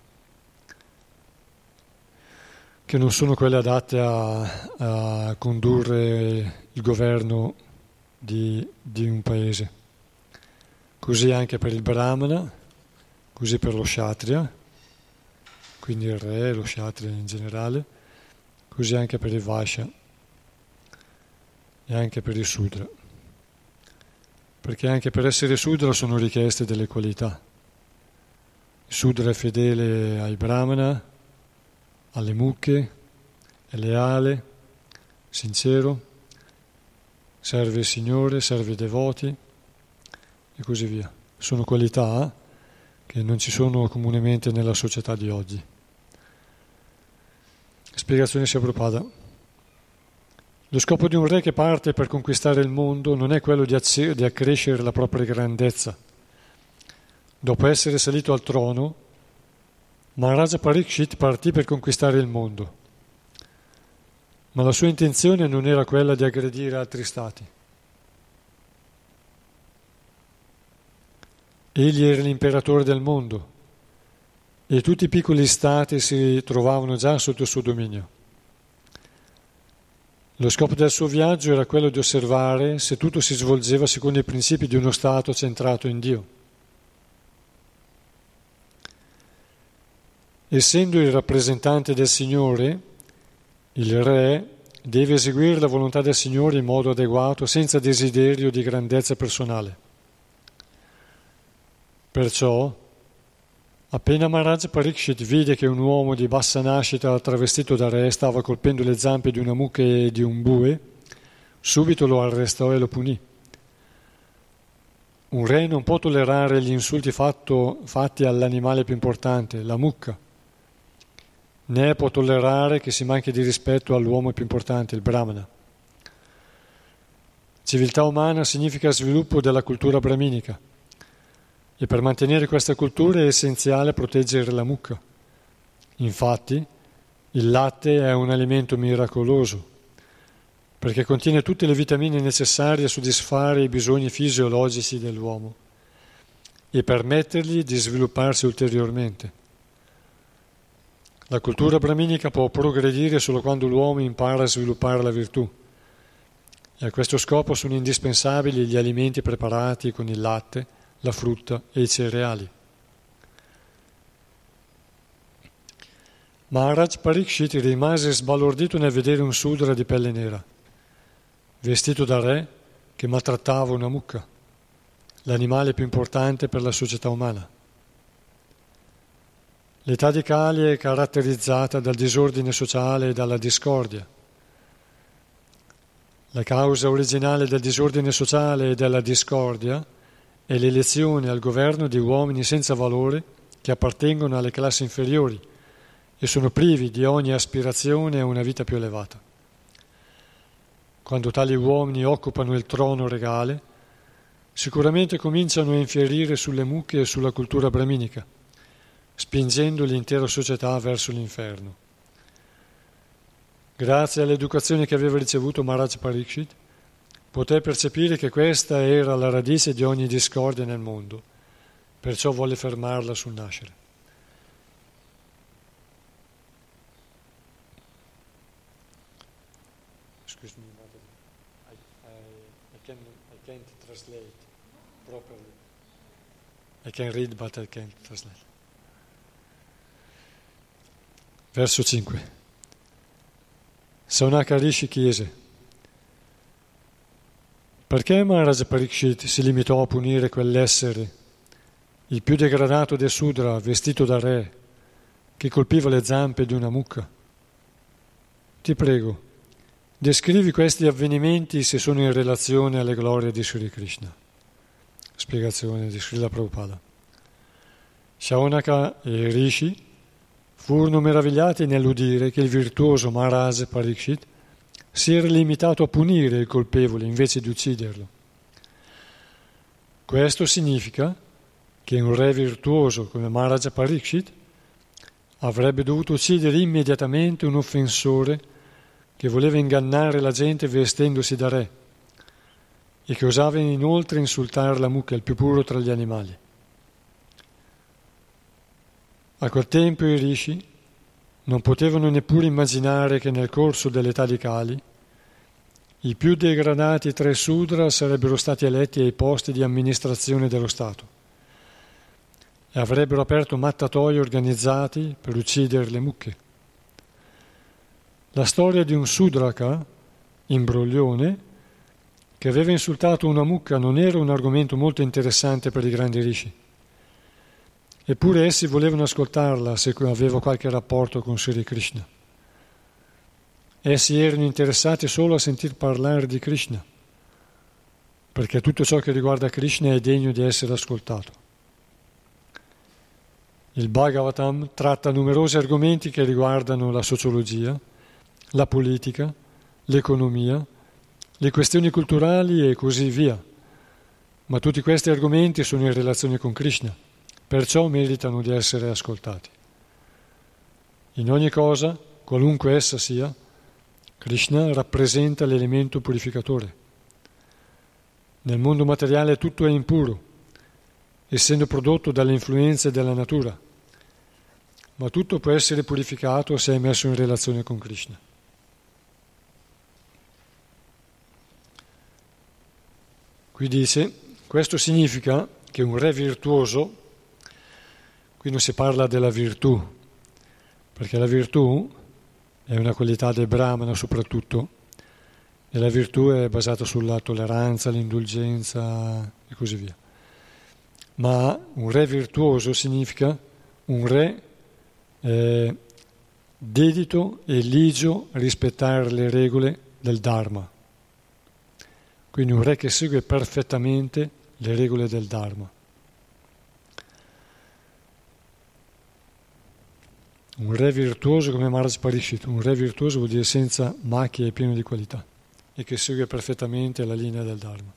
A: che non sono quelle adatte a, a condurre il governo di, di un paese. Così anche per il Brahmana, così per lo Kshatriya, quindi il re, lo Kshatriya in generale, così anche per il Vaishya e anche per il Sudra. Perché anche per essere Sudra sono richieste delle qualità. Il Sudra è fedele ai Brahmana, alle mucche, è leale, sincero, serve il Signore, serve i devoti e così via. Sono qualità che non ci sono comunemente nella società di oggi. Spiegazione Srila Prabhupada. Lo scopo di un re che parte per conquistare il mondo non è quello di, acc- di accrescere la propria grandezza. Dopo essere salito al trono, Maharaja Parikshit partì per conquistare il mondo, ma la sua intenzione non era quella di aggredire altri stati. Egli era l'imperatore del mondo e tutti i piccoli stati si trovavano già sotto il suo dominio. Lo scopo del suo viaggio era quello di osservare se tutto si svolgeva secondo i principi di uno Stato centrato in Dio. Essendo il rappresentante del Signore, il Re deve eseguire la volontà del Signore in modo adeguato, senza desiderio di grandezza personale. Perciò, appena Maharaj Parikshit vide che un uomo di bassa nascita travestito da re stava colpendo le zampe di una mucca e di un bue, subito lo arrestò e lo punì. Un re non può tollerare gli insulti fatto, fatti all'animale più importante, la mucca, né può tollerare che si manchi di rispetto all'uomo più importante, il brahmana. Civiltà umana significa sviluppo della cultura brahminica. E per mantenere questa cultura è essenziale proteggere la mucca. Infatti, il latte è un alimento miracoloso, perché contiene tutte le vitamine necessarie a soddisfare i bisogni fisiologici dell'uomo e permettergli di svilupparsi ulteriormente. La cultura brahminica può progredire solo quando l'uomo impara a sviluppare la virtù, e a questo scopo sono indispensabili gli alimenti preparati con il latte, la frutta e i cereali. Maharaj Parikshit rimase sbalordito nel vedere un sudra di pelle nera, vestito da re, che maltrattava una mucca, l'animale più importante per la società umana. L'età di Kali è caratterizzata dal disordine sociale e dalla discordia. La causa originale del disordine sociale e della discordia è l'elezione al governo di uomini senza valore che appartengono alle classi inferiori e sono privi di ogni aspirazione a una vita più elevata. Quando tali uomini occupano il trono regale, sicuramente cominciano a infierire sulle mucche e sulla cultura brahminica, spingendo l'intera società verso l'inferno. Grazie all'educazione che aveva ricevuto Maharaj Parikshit, poté percepire che questa era la radice di ogni discordia nel mondo, perciò volle fermarla sul nascere. Excuse me, I, I, I, can, I can't translate properly. I can read, but I can't translate. Verso cinque. Saunaka Rishi chiese: perché Maharaj Parikshit si limitò a punire quell'essere, il più degradato dei Sudra, vestito da re, che colpiva le zampe di una mucca? Ti prego, descrivi questi avvenimenti se sono in relazione alle glorie di Sri Krishna. Spiegazione di Srila Prabhupada. Saunaka e Rishi furono meravigliati nell'udire che il virtuoso Maharaj Parikshit si era limitato a punire il colpevole invece di ucciderlo. Questo significa che un re virtuoso come Maharaj Parikshit avrebbe dovuto uccidere immediatamente un offensore che voleva ingannare la gente vestendosi da re e che osava inoltre insultare la mucca, il più puro tra gli animali. A quel tempo i rishi non potevano neppure immaginare che nel corso dell'età di Kali i più degradati tre Sudra sarebbero stati eletti ai posti di amministrazione dello Stato e avrebbero aperto mattatoi organizzati per uccidere le mucche. La storia di un Sudraka, imbroglione, che aveva insultato una mucca non era un argomento molto interessante per i grandi rishi. Eppure essi volevano ascoltarla se aveva qualche rapporto con Sri Krishna. Essi erano interessati solo a sentir parlare di Krishna, perché tutto ciò che riguarda Krishna è degno di essere ascoltato. Il Bhagavatam tratta numerosi argomenti che riguardano la sociologia, la politica, l'economia, le questioni culturali e così via, ma tutti questi argomenti sono in relazione con Krishna, perciò meritano di essere ascoltati. In ogni cosa, qualunque essa sia, Krishna rappresenta l'elemento purificatore. Nel mondo materiale tutto è impuro essendo prodotto dalle influenze della natura, ma tutto può essere purificato se è messo in relazione con Krishna. Qui dice, questo significa che un re virtuoso, qui non si parla della virtù, perché la virtù è una qualità del Brahmana soprattutto, e la virtù è basata sulla tolleranza, l'indulgenza e così via. Ma un re virtuoso significa un re eh, dedito e ligio a rispettare le regole del Dharma. Quindi un re che segue perfettamente le regole del Dharma. Un re virtuoso come Maharaj Parikshit, un re virtuoso vuol dire senza macchie e pieno di qualità e che segue perfettamente la linea del Dharma.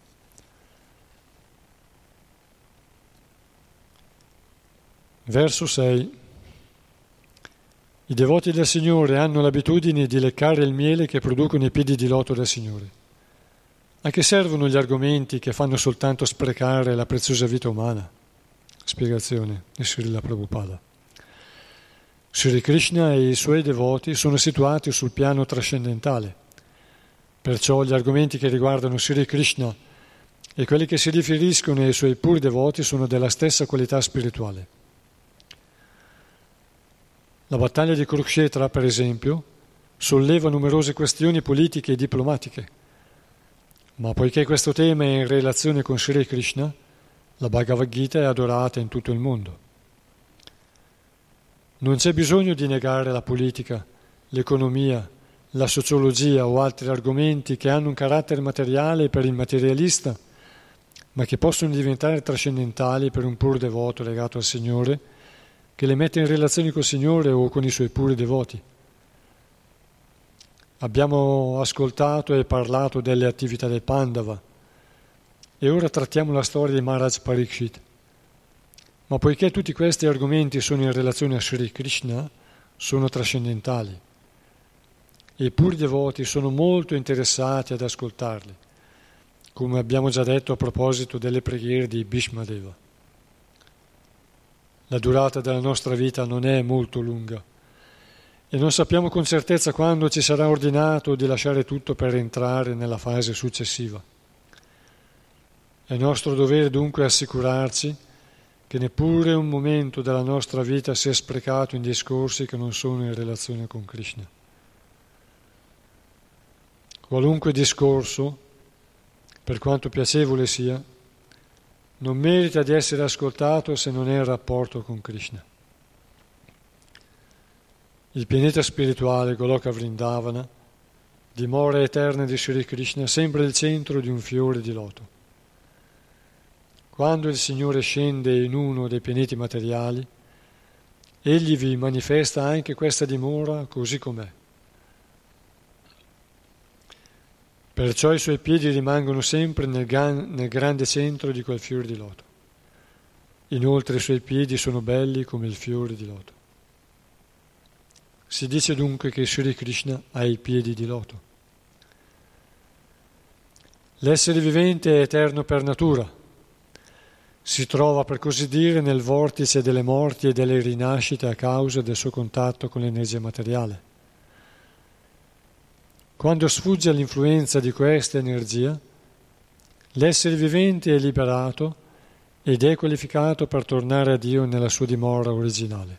A: Verso sei. I devoti del Signore hanno l'abitudine di leccare il miele che producono i piedi di loto del Signore. A che servono gli argomenti che fanno soltanto sprecare la preziosa vita umana? Spiegazione di Srila Prabhupada. Sri Krishna e i suoi devoti sono situati sul piano trascendentale. Perciò gli argomenti che riguardano Sri Krishna e quelli che si riferiscono ai suoi puri devoti sono della stessa qualità spirituale. La battaglia di Kurukshetra, per esempio, solleva numerose questioni politiche e diplomatiche, ma poiché questo tema è in relazione con Sri Krishna, la Bhagavad Gita è adorata in tutto il mondo. Non c'è bisogno di negare la politica, l'economia, la sociologia o altri argomenti che hanno un carattere materiale per il materialista, ma che possono diventare trascendentali per un puro devoto legato al Signore, che le mette in relazione col Signore o con i suoi puri devoti. Abbiamo ascoltato e parlato delle attività del Pandava e ora trattiamo la storia di Maharaj Parikshit. Ma poiché tutti questi argomenti sono in relazione a Sri Krishna, sono trascendentali e i puri devoti sono molto interessati ad ascoltarli, come abbiamo già detto a proposito delle preghiere di Bhishma Deva. La durata della nostra vita non è molto lunga e non sappiamo con certezza quando ci sarà ordinato di lasciare tutto per entrare nella fase successiva. È nostro dovere dunque assicurarci che neppure un momento della nostra vita sia sprecato in discorsi che non sono in relazione con Krishna. Qualunque discorso, per quanto piacevole sia, non merita di essere ascoltato se non è in rapporto con Krishna. Il pianeta spirituale Goloka Vrindavana, dimora eterna di Sri Krishna, sembra il centro di un fiore di loto. Quando il Signore scende in uno dei pianeti materiali, Egli vi manifesta anche questa dimora così com'è. Perciò i suoi piedi rimangono sempre nel, gan- nel grande centro di quel fiore di loto. Inoltre i suoi piedi sono belli come il fiore di loto. Si dice dunque che Sri Krishna ha i piedi di loto. L'essere vivente è eterno per natura. Si trova, per così dire, nel vortice delle morti e delle rinascite a causa del suo contatto con l'energia materiale. Quando sfugge all'influenza di questa energia, l'essere vivente è liberato ed è qualificato per tornare a Dio nella sua dimora originale.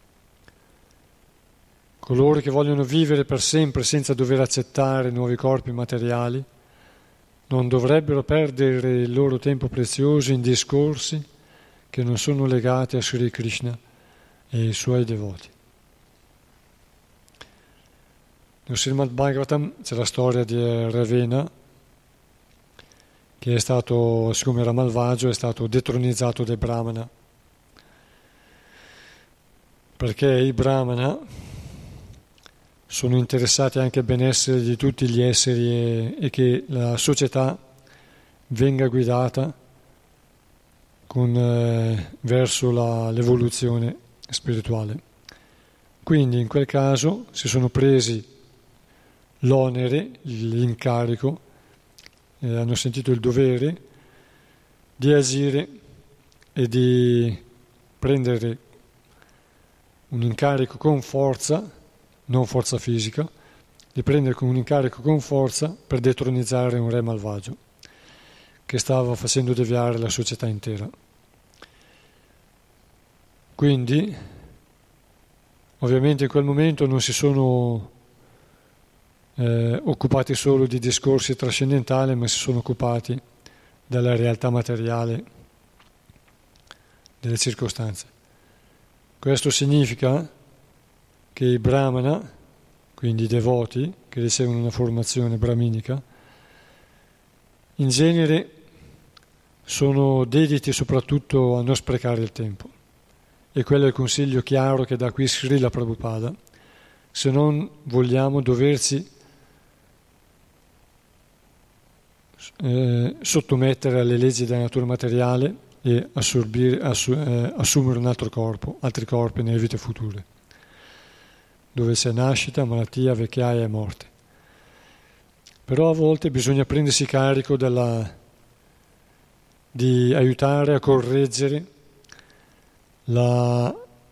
A: Coloro che vogliono vivere per sempre senza dover accettare nuovi corpi materiali non dovrebbero perdere il loro tempo prezioso in discorsi che non sono legati a Sri Krishna e ai suoi devoti. Nel Srimad Bhagavatam c'è la storia di Ravena, che è stato, siccome era malvagio, è stato detronizzato dai Brahmana, perché i Brahmana sono interessati anche al benessere di tutti gli esseri e, e che la società venga guidata con, eh, verso la, l'evoluzione spirituale. Quindi in quel caso si sono presi l'onere, l'incarico, eh, hanno sentito il dovere di agire è di prendere un incarico con forza, non forza fisica, di prendere un incarico con forza per detronizzare un re malvagio che stava facendo deviare la società intera. Quindi, ovviamente in quel momento non si sono eh, occupati solo di discorsi trascendentali, ma si sono occupati della realtà materiale delle circostanze. Questo significa che i brahmana, quindi i devoti che ricevono una formazione brahminica, in genere sono dediti soprattutto a non sprecare il tempo. E quello è il consiglio chiaro che dà qui Srila Prabhupada, se non vogliamo doverci eh, sottomettere alle leggi della natura materiale e assorbire, assu, eh, assumere un altro corpo, altri corpi nelle vite future, dove c'è nascita, malattia, vecchiaia e morte. Però a volte bisogna prendersi carico della, di aiutare a correggere La,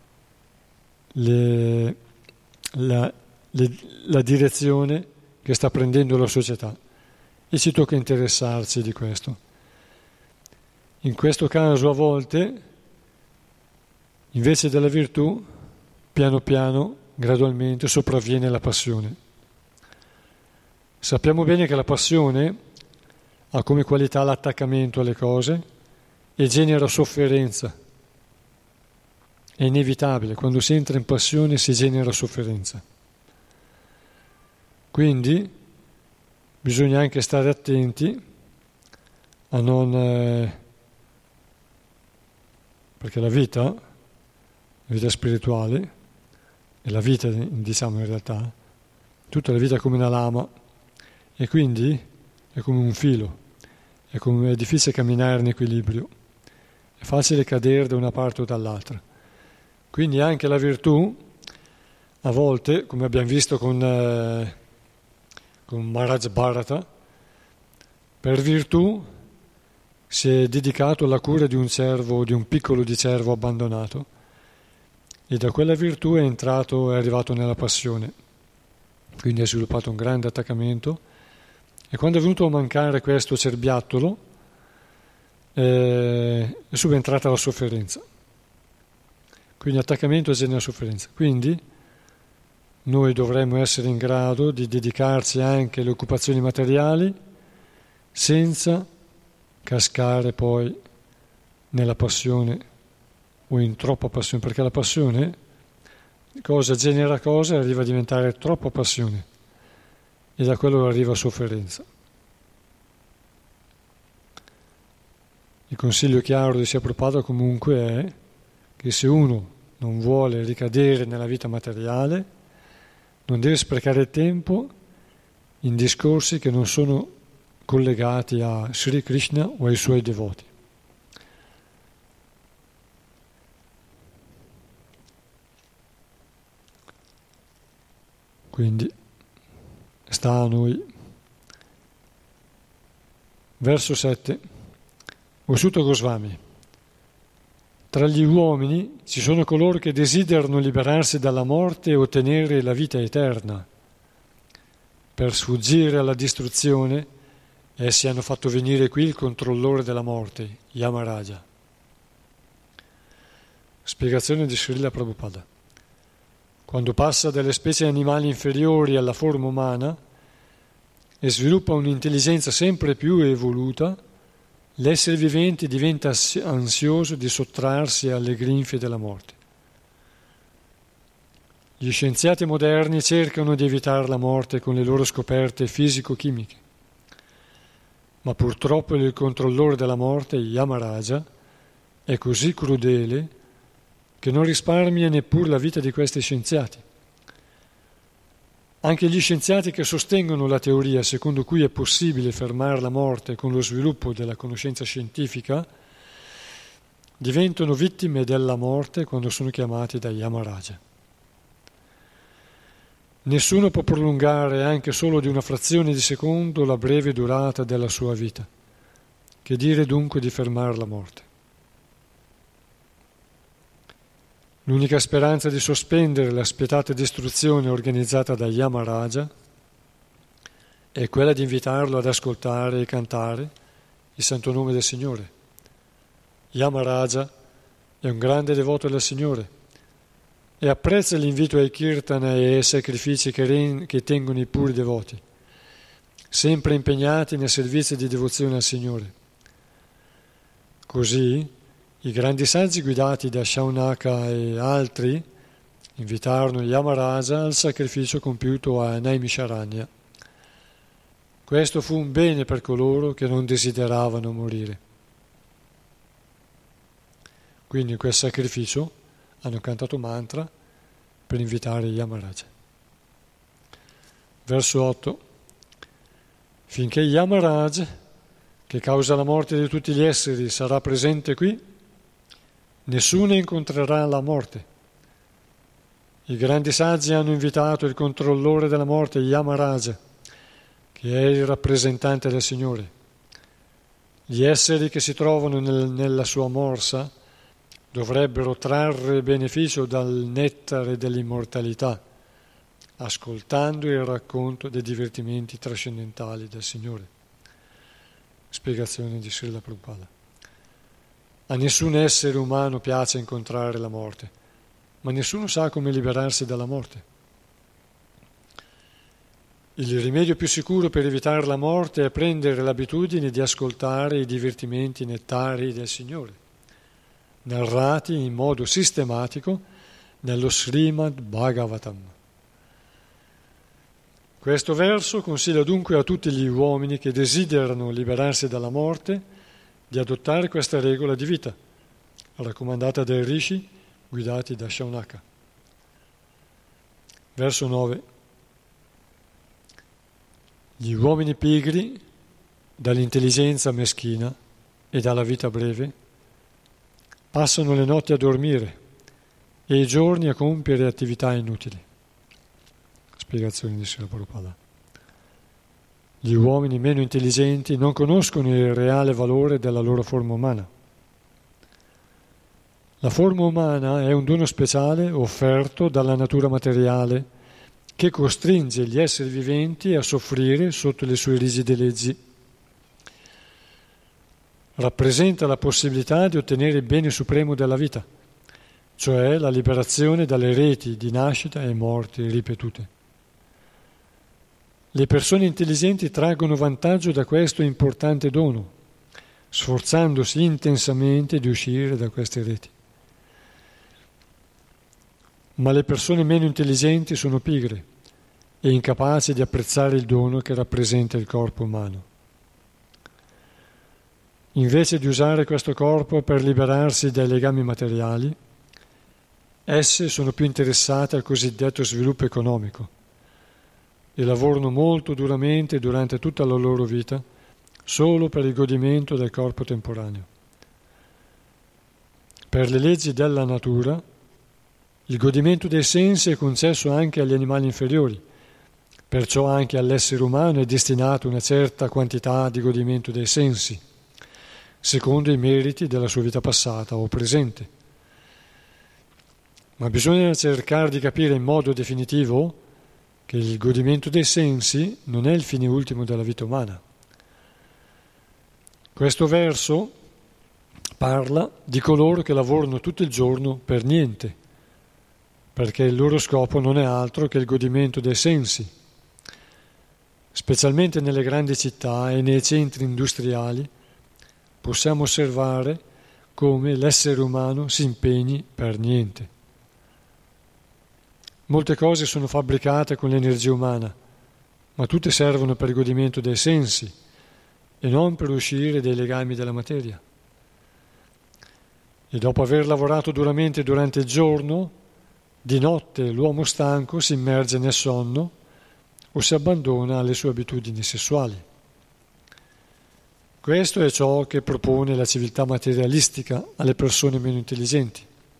A: le, la, le, la direzione che sta prendendo la società, e ci tocca interessarci di questo. In questo caso a volte invece della virtù piano piano, gradualmente sopravviene la passione. Sappiamo bene che la passione ha come qualità l'attaccamento alle cose e genera sofferenza. È inevitabile, quando si entra in passione si genera sofferenza. Quindi bisogna anche stare attenti a non... Eh, perché la vita, la vita spirituale, e la vita, diciamo in realtà, tutta la vita è come una lama, e quindi è come un filo, è, come, è difficile camminare in equilibrio, è facile cadere da una parte o dall'altra. Quindi anche la virtù, a volte, come abbiamo visto con, eh, con Maharaj Bharata, per virtù si è dedicato alla cura di un cervo, di un piccolo di cervo abbandonato, e da quella virtù è entrato, è arrivato nella passione. Quindi ha sviluppato un grande attaccamento, e quando è venuto a mancare questo cerbiattolo, eh, è subentrata la sofferenza. Quindi attaccamento genera sofferenza. Quindi noi dovremmo essere in grado di dedicarci anche alle occupazioni materiali senza cascare poi nella passione o in troppa passione, perché la passione cosa genera cosa e arriva a diventare troppa passione, e da quello arriva sofferenza. Il consiglio chiaro di Srila Prabhupada comunque è che se uno non vuole ricadere nella vita materiale, non deve sprecare tempo in discorsi che non sono collegati a Sri Krishna o ai suoi devoti. Quindi sta a noi. Verso sette. Vasudha Goswami. Tra gli uomini ci sono coloro che desiderano liberarsi dalla morte e ottenere la vita eterna. Per sfuggire alla distruzione, essi hanno fatto venire qui il controllore della morte, Yamaraja. Spiegazione di Srila Prabhupada. Quando passa dalle specie animali inferiori alla forma umana e sviluppa un'intelligenza sempre più evoluta, l'essere vivente diventa ansioso di sottrarsi alle grinfie della morte. Gli scienziati moderni cercano di evitare la morte con le loro scoperte fisico-chimiche, ma purtroppo il controllore della morte, Yamaraja, è così crudele che non risparmia neppure la vita di questi scienziati. Anche gli scienziati che sostengono la teoria secondo cui è possibile fermare la morte con lo sviluppo della conoscenza scientifica diventano vittime della morte quando sono chiamati da Yamaraja. Nessuno può prolungare anche solo di una frazione di secondo la breve durata della sua vita. Che dire dunque di fermare la morte? L'unica speranza di sospendere la spietata distruzione organizzata da Yamaraja è quella di invitarlo ad ascoltare e cantare il santo nome del Signore. Yamaraja è un grande devoto del Signore e apprezza l'invito ai kirtana e ai sacrifici che, ren- che tengono i puri devoti, sempre impegnati nel servizio di devozione al Signore. Così i grandi saggi guidati da Shaunaka e altri invitarono Yamaraja al sacrificio compiuto a Naimisharanya. Questo fu un bene per coloro che non desideravano morire. Quindi in quel sacrificio hanno cantato mantra per invitare Yamaraja. Verso otto. Finché Yamaraja, che causa la morte di tutti gli esseri, sarà presente qui, nessuno incontrerà la morte. I grandi saggi hanno invitato il controllore della morte, Yamaraja, che è il rappresentante del Signore. Gli esseri che si trovano nel, nella sua morsa dovrebbero trarre beneficio dal nettare dell'immortalità, ascoltando il racconto dei divertimenti trascendentali del Signore. Spiegazione di Srila Prabhupada. A nessun essere umano piace incontrare la morte, ma nessuno sa come liberarsi dalla morte. Il rimedio più sicuro per evitare la morte è prendere l'abitudine di ascoltare i divertimenti nettari del Signore, narrati in modo sistematico nello Srimad Bhagavatam. Questo verso consiglia dunque a tutti gli uomini che desiderano liberarsi dalla morte di adottare questa regola di vita, raccomandata dai Rishi guidati da Shaunaka. Verso nove. Gli uomini pigri, dall'intelligenza meschina e dalla vita breve, passano le notti a dormire e i giorni a compiere attività inutili. Spiegazione di Srila Prabhupada. Gli uomini meno intelligenti non conoscono il reale valore della loro forma umana. La forma umana è un dono speciale offerto dalla natura materiale che costringe gli esseri viventi a soffrire sotto le sue rigide leggi. Rappresenta la possibilità di ottenere il bene supremo della vita, cioè la liberazione dalle reti di nascita e morte ripetute. Le persone intelligenti traggono vantaggio da questo importante dono, sforzandosi intensamente di uscire da queste reti. Ma le persone meno intelligenti sono pigre e incapaci di apprezzare il dono che rappresenta il corpo umano. Invece di usare questo corpo per liberarsi dai legami materiali, esse sono più interessate al cosiddetto sviluppo economico e lavorano molto duramente durante tutta la loro vita solo per il godimento del corpo temporaneo. Per le leggi della natura, il godimento dei sensi è concesso anche agli animali inferiori, perciò anche all'essere umano è destinato una certa quantità di godimento dei sensi, secondo i meriti della sua vita passata o presente. Ma bisogna cercare di capire in modo definitivo che il godimento dei sensi non è il fine ultimo della vita umana. Questo verso parla di coloro che lavorano tutto il giorno per niente, perché il loro scopo non è altro che il godimento dei sensi. Specialmente nelle grandi città e nei centri industriali possiamo osservare come l'essere umano si impegni per niente. Molte cose sono fabbricate con l'energia umana, ma tutte servono per il godimento dei sensi e non per uscire dai legami della materia. E dopo aver lavorato duramente durante il giorno, di notte l'uomo stanco si immerge nel sonno o si abbandona alle sue abitudini sessuali. Questo è ciò che propone la civiltà materialistica alle persone meno intelligenti,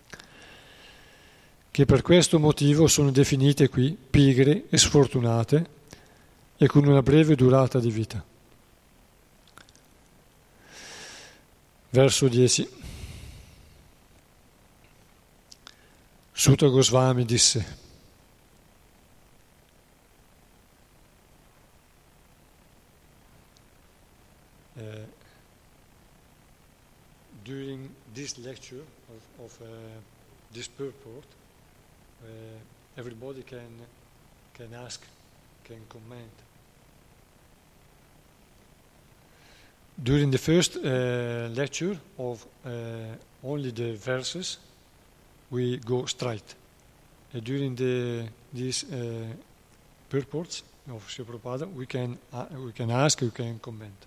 A: che per questo motivo sono definite qui pigre e sfortunate e con una breve durata di vita. Verso dieci. Sutta Goswami disse: uh, during this lecture of, of uh, this purport, uh, everybody can can ask, can comment. During the first uh, lecture of uh, only the verses, we go straight. And during the these uh, purports of Srila Prabhupada, we can uh, we can ask, we can comment.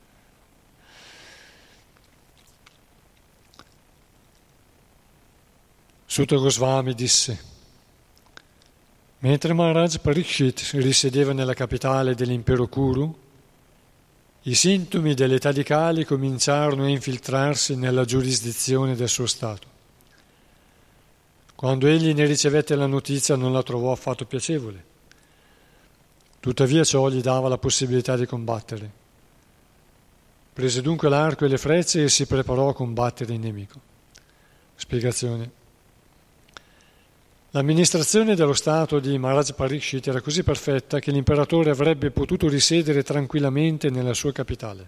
A: Sutta Goswami disse: mentre Maharaj Parikshit risiedeva nella capitale dell'impero Kuru, i sintomi dell'età di Kali cominciarono a infiltrarsi nella giurisdizione del suo stato. Quando egli ne ricevette la notizia non la trovò affatto piacevole. Tuttavia ciò gli dava la possibilità di combattere. Prese dunque l'arco e le frecce e si preparò a combattere il nemico. Spiegazione. L'amministrazione dello Stato di Maharaj Parikshit era così perfetta che l'imperatore avrebbe potuto risiedere tranquillamente nella sua capitale.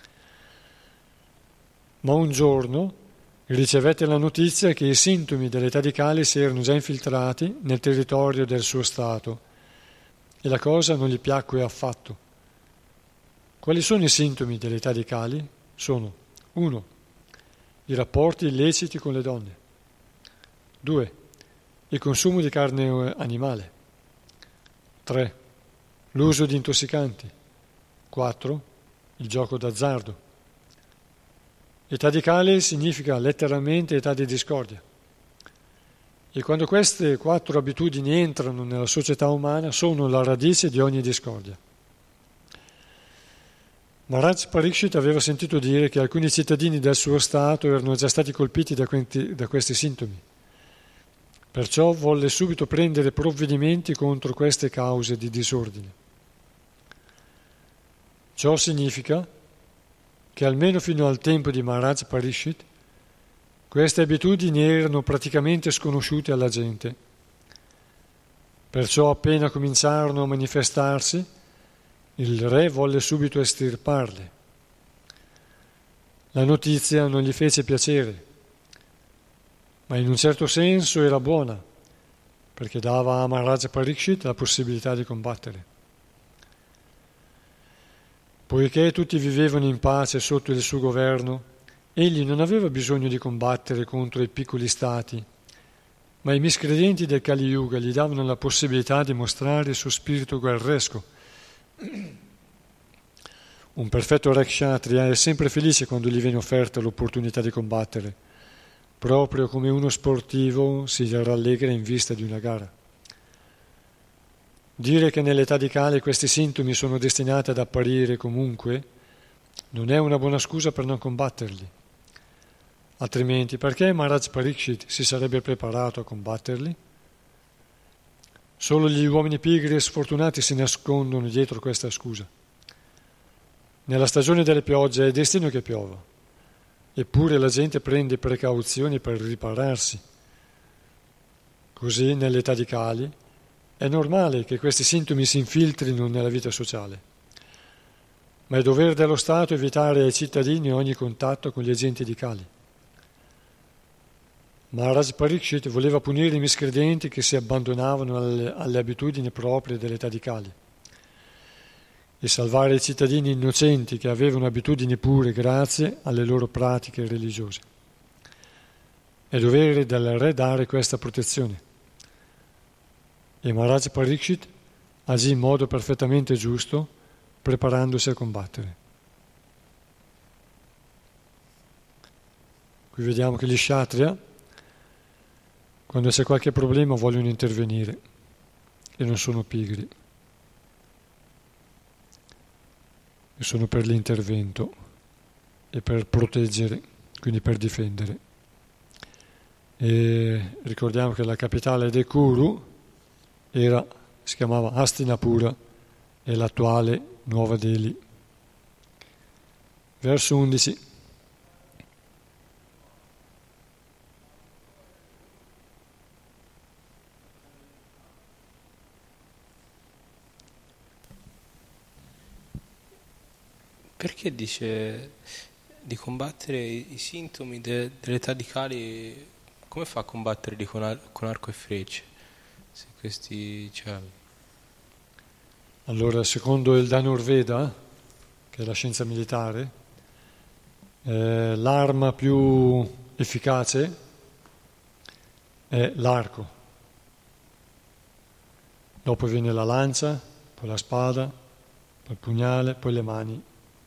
A: Ma un giorno ricevette la notizia che i sintomi dell'età di Kali si erano già infiltrati nel territorio del suo Stato e la cosa non gli piacque affatto. Quali sono i sintomi dell'età di Kali? Sono: uno. I rapporti illeciti con le donne. due. Il consumo di carne animale. tre. L'uso di intossicanti. quattro. Il gioco d'azzardo. Età di Kali significa letteralmente età di discordia. E quando queste quattro abitudini entrano nella società umana, sono la radice di ogni discordia. Maharaj Parikshit aveva sentito dire che alcuni cittadini del suo stato erano già stati colpiti da questi, da questi sintomi. Perciò volle subito prendere provvedimenti contro queste cause di disordine. Ciò significa che almeno fino al tempo di Maharaj Parikshit queste abitudini erano praticamente sconosciute alla gente. Perciò appena cominciarono a manifestarsi, il re volle subito estirparle. La notizia non gli fece piacere, ma in un certo senso era buona, perché dava a Maharaj Parikshit la possibilità di combattere. Poiché tutti vivevano in pace sotto il suo governo, egli non aveva bisogno di combattere contro i piccoli stati, ma i miscredenti del Kali Yuga gli davano la possibilità di mostrare il suo spirito guerresco. Un perfetto re kshatriya è sempre felice quando gli viene offerta l'opportunità di combattere, proprio come uno sportivo si rallegra in vista di una gara. Dire che nell'età di Kali questi sintomi sono destinati ad apparire comunque non è una buona scusa per non combatterli. Altrimenti, perché Maharaj Parikshit si sarebbe preparato a combatterli? Solo gli uomini pigri e sfortunati si nascondono dietro questa scusa. Nella stagione delle piogge è destino che piova. Eppure la gente prende precauzioni per ripararsi. Così, nell'età di Kali, è normale che questi sintomi si infiltrino nella vita sociale. Ma è dovere dello Stato evitare ai cittadini ogni contatto con gli agenti di Kali. Maharaj Parikshit voleva punire i miscredenti che si abbandonavano alle, alle abitudini proprie dell'età di Kali e salvare i cittadini innocenti che avevano abitudini pure grazie alle loro pratiche religiose. È dovere del re dare questa protezione. E Maharaj Parikshit agì in modo perfettamente giusto, preparandosi a combattere. Qui vediamo che gli kshatriya, quando c'è qualche problema, vogliono intervenire e non sono pigri. E sono per l'intervento e per proteggere, quindi per difendere. E ricordiamo che la capitale dei Kuru era, si chiamava Hastinapura, e l'attuale Nuova Delhi. Verso undici.
C: perché dice di combattere i, i sintomi de, dell'età di Kali? Come fa a combatterli con, ar- con arco e frecce? Se questi cioè...
A: Allora, secondo il Dhanurveda, che è la scienza militare, eh, l'arma più efficace è l'arco. Dopo viene la lancia, poi la spada, poi il pugnale, poi le mani.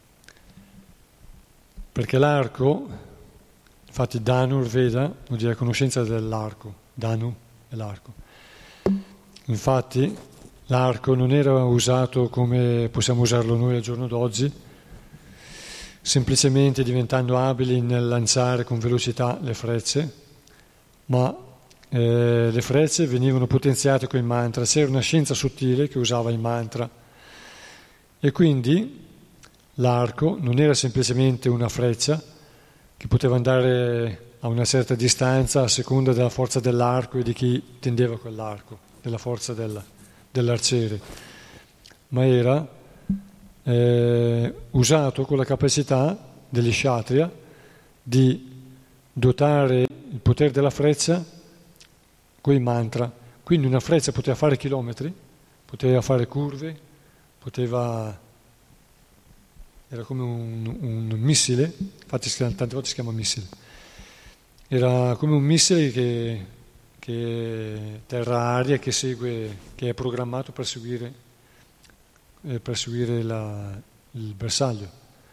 A: Perché l'arco, infatti Dhanurveda vuol dire conoscenza dell'arco, Dhanu è l'arco. Infatti l'arco non era usato come possiamo usarlo noi al giorno d'oggi, semplicemente diventando abili nel lanciare con velocità le frecce, ma eh, le frecce venivano potenziate con i mantra. C'era una scienza sottile che usava i mantra e quindi l'arco non era semplicemente una freccia che poteva andare a una certa distanza a seconda della forza dell'arco e di chi tendeva quell'arco, della forza del, dell'arciere, ma era eh, usato con la capacità degli kshatriya di dotare il potere della freccia con i mantra. Quindi una freccia poteva fare chilometri, poteva fare curve, poteva... era come un, un missile, infatti tante volte si chiama missile, era come un missile che, che terra-aria, che segue, che è programmato per seguire, eh, per seguire la, il bersaglio.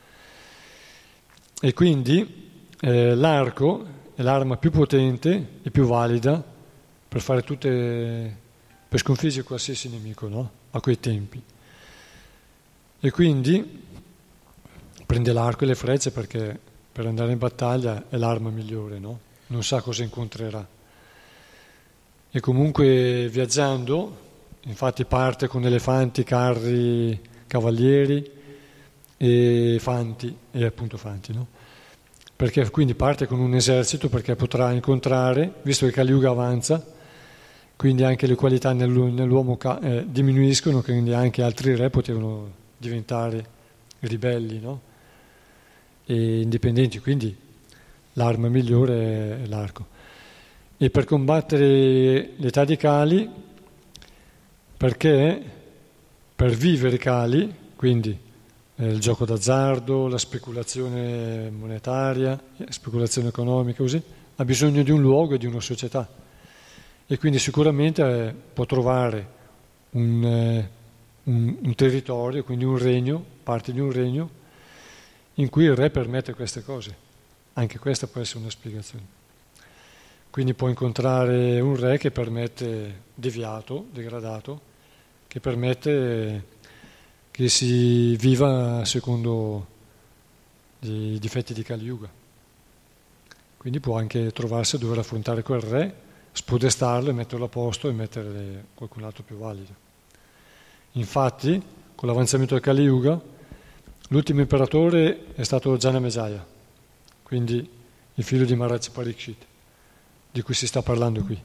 A: E quindi eh, l'arco è l'arma più potente e più valida per fare tutte, per sconfiggere qualsiasi nemico, no? A quei tempi. E quindi prende l'arco e le frecce perché per andare in battaglia è l'arma migliore, no? Non sa cosa incontrerà. E comunque viaggiando, infatti parte con elefanti, carri, cavalieri e fanti, e appunto fanti, no? Perché quindi parte con un esercito perché potrà incontrare, visto che Kali Yuga avanza, quindi anche le qualità nell'uomo eh, diminuiscono, quindi anche altri re potevano diventare ribelli, no? E indipendenti, quindi l'arma migliore è l'arco. E per combattere l'età di Kali, perché per vivere Kali, quindi eh, il gioco d'azzardo, la speculazione monetaria, la speculazione economica, così, ha bisogno di un luogo e di una società. E quindi sicuramente eh, può trovare un, eh, un, un territorio, quindi un regno, parte di un regno, in cui il re permette queste cose. Anche questa può essere una spiegazione. Quindi può incontrare un re che permette, deviato, degradato, che permette che si viva secondo i difetti di Kali Yuga. Quindi può anche trovarsi a dover affrontare quel re, spodestarlo e metterlo a posto e mettere qualcun altro più valido. Infatti, con l'avanzamento del Kali Yuga, l'ultimo imperatore è stato Janamejaya, quindi il figlio di Maharaj Parikshit, di cui si sta parlando qui.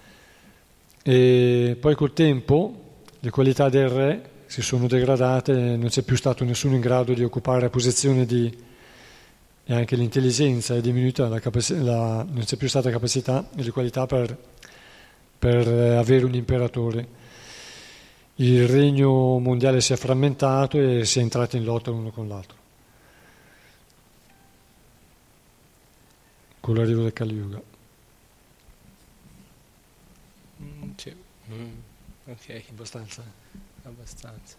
A: E poi col tempo le qualità del re si sono degradate, non c'è più stato nessuno in grado di occupare la posizione di... e anche l'intelligenza è diminuita, la capac- la, non c'è più stata capacità e le qualità per, per avere un imperatore. Il regno mondiale si è frammentato e si è entrato in lotta l'uno con l'altro. Con l'arrivo del Kali Yuga.
C: Mm, sì. mm, ok,
A: Abbastanza.
C: abbastanza.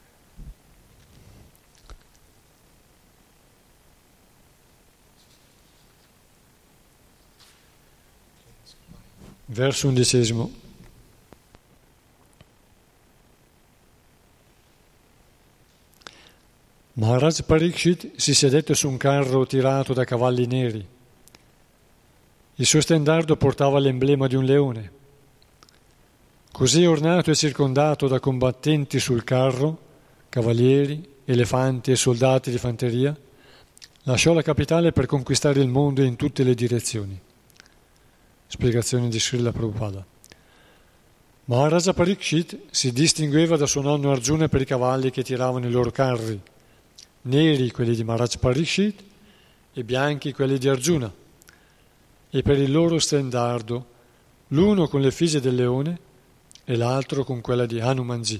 A: Verso undicesimo. Maharaj Parikshit si sedette su un carro tirato da cavalli neri. Il suo stendardo portava l'emblema di un leone. Così ornato e circondato da combattenti sul carro, cavalieri, elefanti e soldati di fanteria, lasciò la capitale per conquistare il mondo in tutte le direzioni. Spiegazione di Srila Prabhupada. Maharaja Parikshit si distingueva da suo nonno Arjuna per i cavalli che tiravano i loro carri, neri quelli di Maharaj Parikshit e bianchi quelli di Arjuna, e per il loro stendardo, l'uno con l'effigie del leone e l'altro con quella di Hanumanji.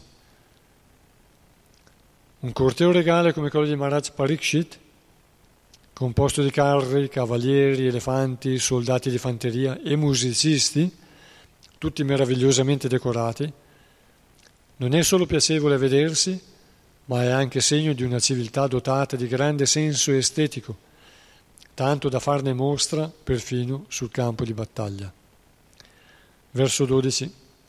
A: Un corteo regale come quello di Maharaj Parikshit, composto di carri, cavalieri, elefanti, soldati di fanteria e musicisti, tutti meravigliosamente decorati, non è solo piacevole a vedersi, ma è anche segno di una civiltà dotata di grande senso estetico, tanto da farne mostra perfino sul campo di battaglia. Verso dodici.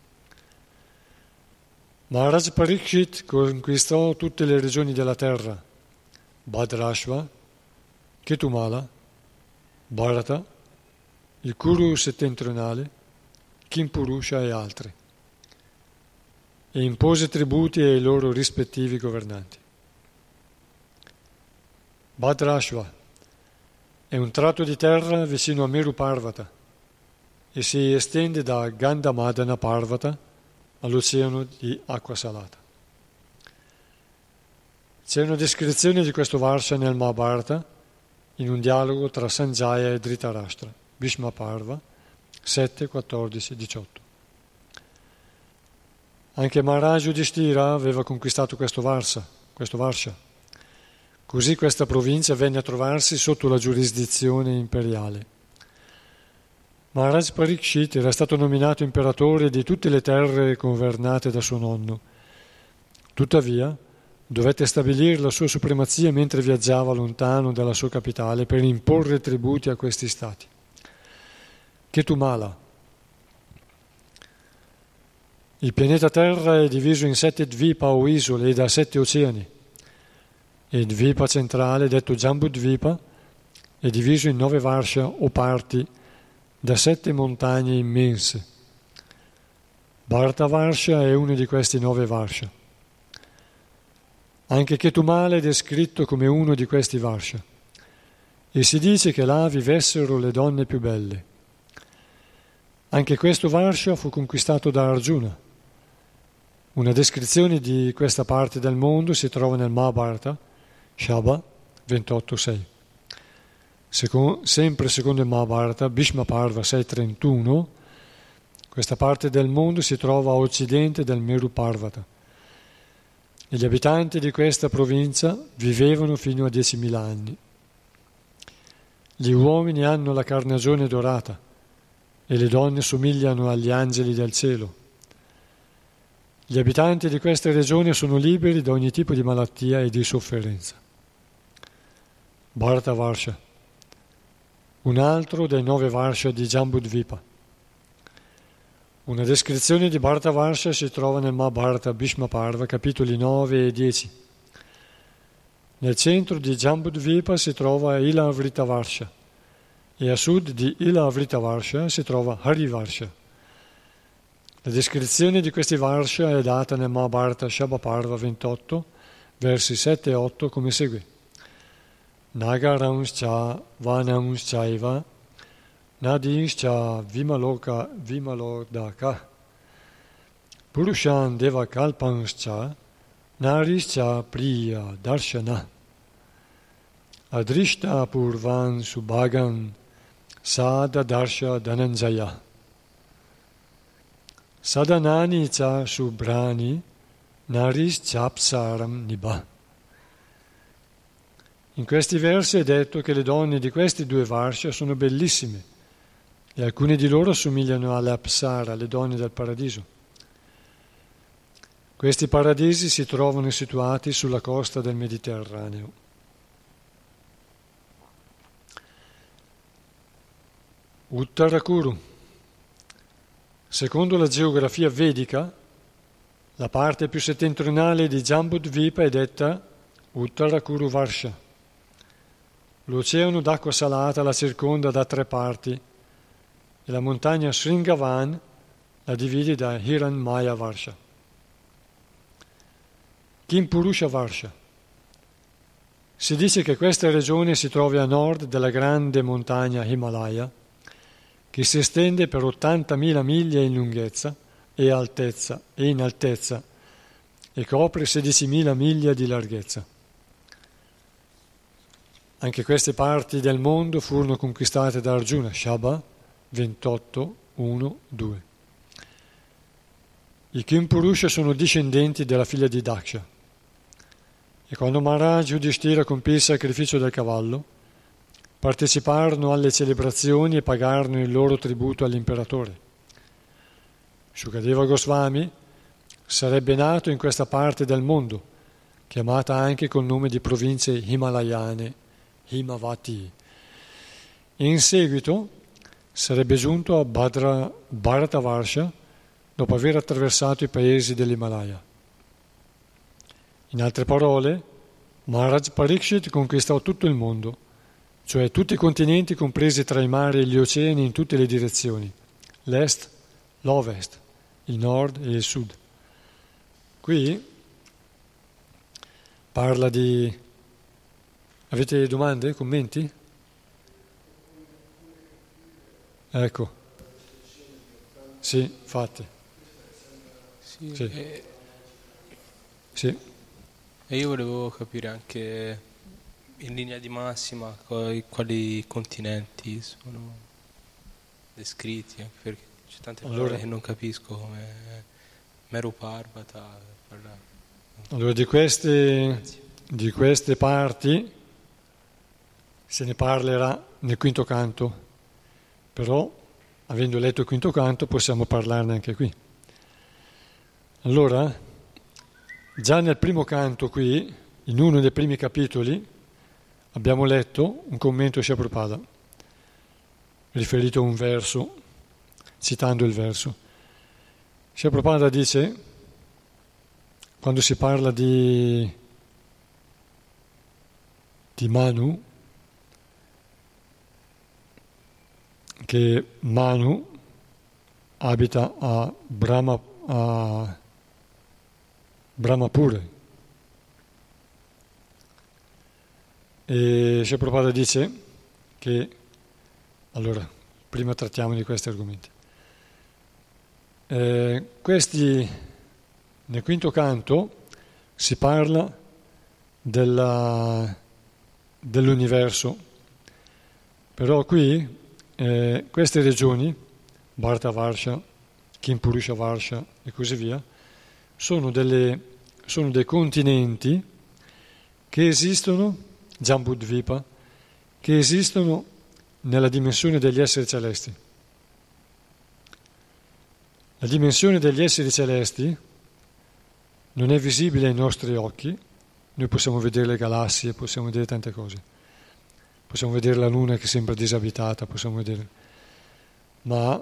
A: Maharaj Parikshit conquistò tutte le regioni della terra, Bhadrashva, Ketumala, Bharata, il Kuru settentrionale, Kimpurusha e altri, e impose tributi ai loro rispettivi governanti. Bhadrashva è un tratto di terra vicino a Meru Parvata e si estende da Gandhamadana Parvata all'oceano di acqua salata. C'è una descrizione di questo Varsha nel Mahabharata in un dialogo tra Sanjaya e Dhritarashtra, Bhishma Parva, sette, quattordici, diciotto. Anche Maharaj Yudhishthira aveva conquistato questo Varsha, questo Varsha. Così questa provincia venne a trovarsi sotto la giurisdizione imperiale. Maharaj Parikshit era stato nominato imperatore di tutte le terre governate da suo nonno. Tuttavia, dovette stabilire la sua supremazia mentre viaggiava lontano dalla sua capitale per imporre tributi a questi stati. Ketumala. Il pianeta Terra è diviso in sette dvipa o isole e da sette oceani. E il dvipa centrale, detto Jambudvipa, è diviso in nove varsha o parti da sette montagne immense. Bhartavarsha è uno di questi nove varsha. Anche Ketumala è descritto come uno di questi varsha e si dice che là vivessero le donne più belle. Anche questo varsha fu conquistato da Arjuna. Una descrizione di questa parte del mondo si trova nel Mahabharata, Shabha ventotto sei. Secondo, sempre secondo il Mahabharata, Bhishma Parva sei trentuno, questa parte del mondo si trova a occidente del Meru Parvata. E gli abitanti di questa provincia vivevano fino a diecimila anni. Gli uomini hanno la carnagione dorata e le donne somigliano agli angeli del cielo. Gli abitanti di queste regioni sono liberi da ogni tipo di malattia e di sofferenza. Bhartavarsha, un altro dei nove varsha di Jambudvipa. Una descrizione di Bhartavarsha si trova nel Mahabharata Bhishma Parva, capitoli nove e dieci. Nel centro di Jambudvipa si trova Ilavrita-varsha e a sud di Ilavrita-varsha si trova Harivarsha. La descrizione di questi varsha è data nel Mahabharata Shabha Parva ventotto, versi sette e otto come segue. Nagaramscha vanamschaiva nadischa vimaloka vimalodaka purushan devakalpanscha narischa priya darshana adrishta purvan subhagan sada darsha dhananjaya sadanani cha subrani narischapsaram niba. In questi versi è detto che le donne di questi due varsha sono bellissime e alcune di loro somigliano alle Apsara, le donne del paradiso. Questi paradisi si trovano situati sulla costa del Mediterraneo. Uttarakuru. Secondo la geografia vedica, la parte più settentrionale di Jambudvipa è detta Uttarakuru Varsha. L'oceano d'acqua salata la circonda da tre parti e la montagna Sringavan la divide da Hiranmaya Varsha. Kimpurusha Varsha. Si dice che questa regione si trovi a nord della grande montagna Himalaya, che si estende per ottantamila miglia in lunghezza e altezza e in altezza e copre sedicimila miglia di larghezza. Anche queste parti del mondo furono conquistate da Arjuna, Shabha ventotto, uno, due. I Kimpurusha sono discendenti della figlia di Daksha. E quando Maharaj Yudhishthira compì il sacrificio del cavallo, parteciparono alle celebrazioni e pagarono il loro tributo all'imperatore. Shukadeva Goswami sarebbe nato in questa parte del mondo, chiamata anche col nome di province himalayane, Himavati. In seguito sarebbe giunto a Bhadra, Bharatavarsha dopo aver attraversato i paesi dell'Himalaya. In altre parole, Maharaj Parikshit conquistò tutto il mondo, cioè tutti i continenti compresi tra i mari e gli oceani in tutte le direzioni, l'est, l'ovest, il nord e il sud. Qui parla di... Avete domande, commenti? Ecco. Sì, infatti.
C: Sì,
A: Sì.
C: E,
A: Sì.
C: e io volevo capire anche in linea di massima quali, quali continenti sono descritti, anche perché c'è tante parole
A: Allora-
C: che non capisco, come Meru Parvata. parla-
A: Allora, di queste, di queste parti se ne parlerà nel quinto canto, però, avendo letto il quinto canto, possiamo parlarne anche qui. Allora, già nel primo canto qui, in uno dei primi capitoli, abbiamo letto un commento Srila Prabhupada, riferito a un verso, citando il verso. Srila Prabhupada dice, quando si parla di, di Manu, che Manu abita a Brahma, a Brahmapura. E Srila Prabhupada dice che, allora, prima trattiamo di questi argomenti. Eh, questi, nel quinto canto si parla della, dell'universo, però qui eh, queste regioni, Bharatavarsha, Kimpurusha e così via, sono, delle, sono dei continenti che esistono, Jambudvipa, che esistono nella dimensione degli esseri celesti. La dimensione degli esseri celesti non è visibile ai nostri occhi, noi possiamo vedere le galassie, possiamo vedere tante cose, possiamo vedere la luna che sembra disabitata, possiamo vedere, ma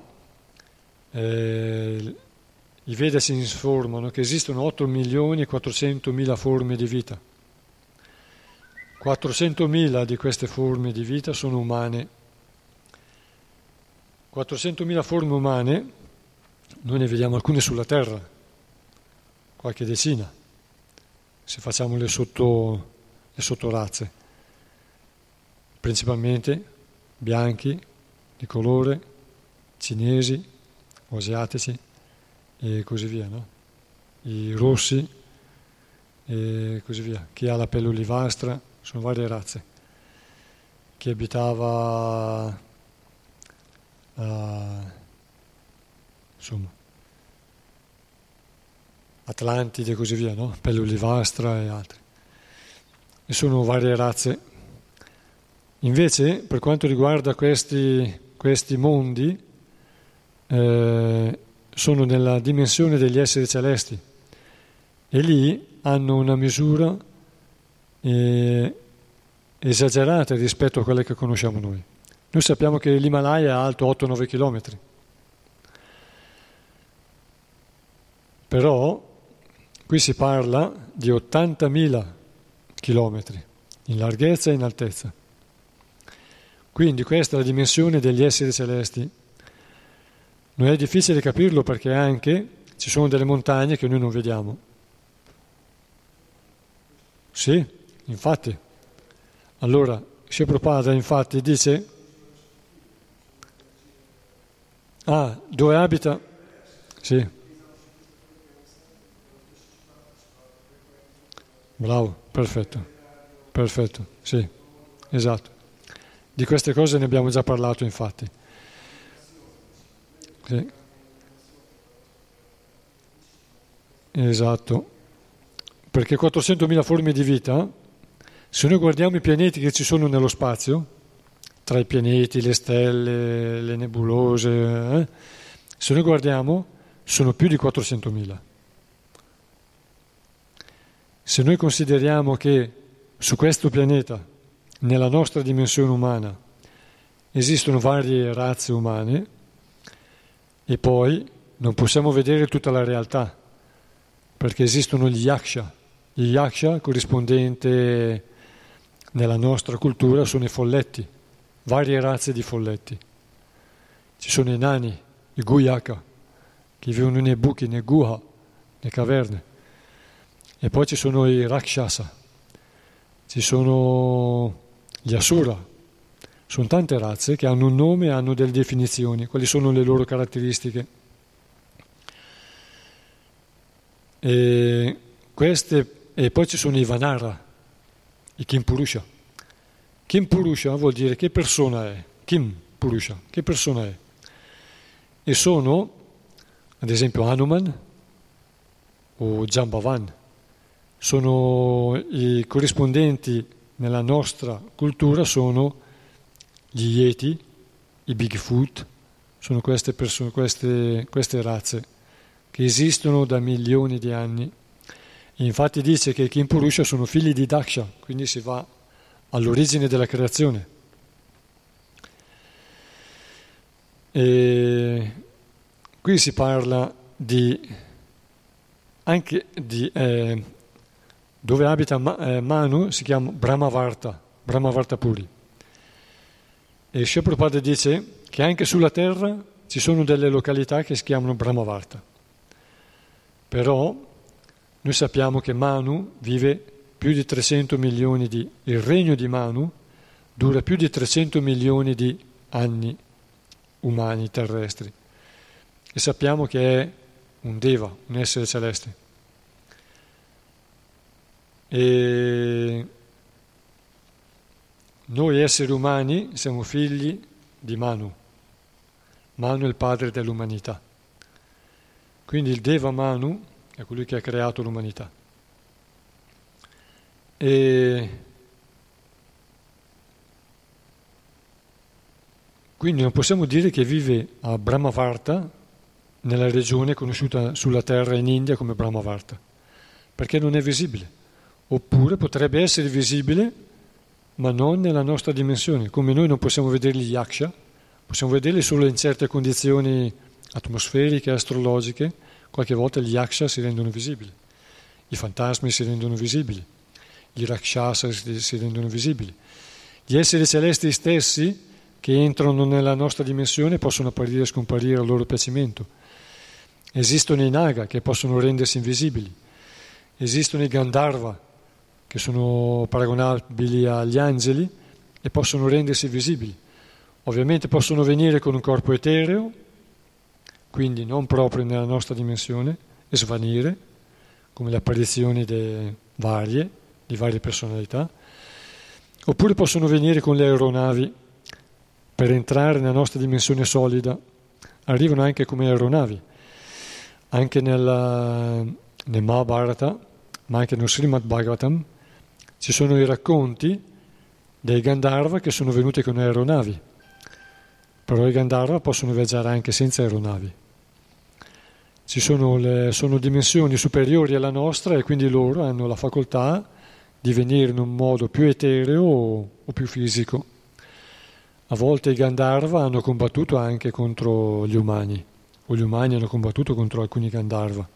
A: eh, i Veda ci informano che esistono otto milioni e quattrocentomila forme di vita. quattrocentomila di queste forme di vita sono umane. quattrocentomila forme umane, noi ne vediamo alcune sulla Terra, qualche decina, se facciamo le, sotto, le sottorazze, principalmente bianchi, di colore, cinesi o asiatici e così via, no? I rossi e così via. Chi ha la pelle olivastra, sono varie razze. Chi abitava a, insomma, Atlantide e così via, no? Pelle olivastra e altri. E sono varie razze. Invece, per quanto riguarda questi, questi mondi, eh, sono nella dimensione degli esseri celesti e lì hanno una misura eh, esagerata rispetto a quelle che conosciamo noi. Noi sappiamo che l'Himalaya è alto otto nove chilometri, però qui si parla di ottantamila chilometri in larghezza e in altezza. Quindi questa è la dimensione degli esseri celesti. Non è difficile capirlo perché anche ci sono delle montagne che noi non vediamo. Sì, infatti. Allora, Srila Prabhupada infatti dice, ah, dove abita? Sì. Bravo, perfetto, perfetto, sì, esatto. Di queste cose ne abbiamo già parlato, infatti. Sì. Esatto. Perché quattrocentomila forme di vita, se noi guardiamo i pianeti che ci sono nello spazio, tra i pianeti, le stelle, le nebulose, eh, se noi guardiamo, sono più di quattrocentomila. Se noi consideriamo che su questo pianeta, nella nostra dimensione umana, esistono varie razze umane, e poi non possiamo vedere tutta la realtà, perché esistono gli yaksha. Gli yaksha, corrispondente nella nostra cultura, sono i folletti, varie razze di folletti. Ci sono i nani, i guyaka, che vivono nei buchi, nei guha, nelle caverne. E poi ci sono i rakshasa, ci sono gli asura. Sono tante razze che hanno un nome e hanno delle definizioni. Quali sono le loro caratteristiche? E, queste, e poi ci sono i vanara, i Kim Purusha. Kim Purusha vuol dire che persona è. Kim Purusha, che persona è. E sono, ad esempio, Hanuman o Jambavan. Sono i corrispondenti nella nostra cultura, sono gli Yeti, i Bigfoot, sono queste, persone, queste, queste razze che esistono da milioni di anni. E infatti dice che i Kim Purusha sono figli di Daksha, quindi si va all'origine della creazione. E qui si parla di anche di eh, dove abita Ma, eh, Manu, si chiama Brahmavarta, Brahmavarta Puri. E Srila Prabhupada dice che anche sulla terra ci sono delle località che si chiamano Brahmavarta. Però noi sappiamo che Manu vive più di trecento milioni di... Il regno di Manu dura più di trecento milioni di anni umani terrestri. E sappiamo che è un Deva, un essere celeste. E noi esseri umani siamo figli di Manu. Manu è il padre dell'umanità. Quindi il Deva Manu è colui che ha creato l'umanità. E quindi non possiamo dire che vive a Brahmavarta, nella regione conosciuta sulla terra in India come Brahmavarta, perché non è visibile. Oppure potrebbe essere visibile, ma non nella nostra dimensione. Come noi non possiamo vedere gli yaksha, possiamo vederli solo in certe condizioni atmosferiche, astrologiche. Qualche volta gli yaksha si rendono visibili, i fantasmi si rendono visibili, i rakshasa si rendono visibili. Gli esseri celesti stessi che entrano nella nostra dimensione possono apparire e scomparire a loro piacimento. Esistono i naga che possono rendersi invisibili, esistono i gandharva che sono paragonabili agli angeli e possono rendersi visibili. Ovviamente possono venire con un corpo etereo, quindi non proprio nella nostra dimensione, e svanire, come le apparizioni de varie, di varie personalità, oppure possono venire con le aeronavi per entrare nella nostra dimensione solida. Arrivano anche come aeronavi, anche nella, nel Mahabharata, ma anche nel Srimad Bhagavatam, ci sono i racconti dei Gandharva che sono venuti con aeronavi, però i Gandharva possono viaggiare anche senza aeronavi. Ci sono, le, sono dimensioni superiori alla nostra e quindi loro hanno la facoltà di venire in un modo più etereo o, o più fisico. A volte i Gandharva hanno combattuto anche contro gli umani, o gli umani hanno combattuto contro alcuni Gandharva.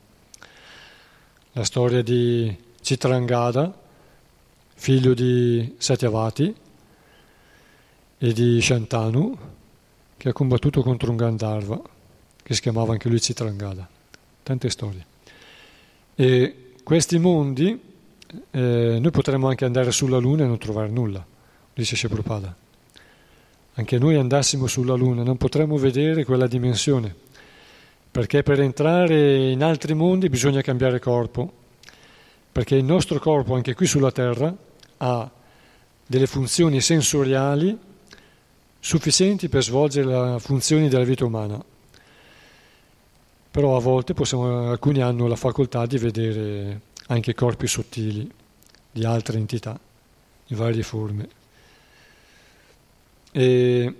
A: La storia di Chitrangada, figlio di Satyavati e di Shantanu, che ha combattuto contro un Gandharva, che si chiamava anche lui Chitrangada. Tante storie. E questi mondi, eh, noi potremmo anche andare sulla Luna e non trovare nulla, dice Srila Prabhupada. Anche noi andassimo sulla Luna, non potremmo vedere quella dimensione, perché per entrare in altri mondi bisogna cambiare corpo, perché il nostro corpo, anche qui sulla Terra, ha delle funzioni sensoriali sufficienti per svolgere le funzioni della vita umana. Però a volte possiamo, alcuni hanno la facoltà di vedere anche corpi sottili di altre entità, di varie forme. E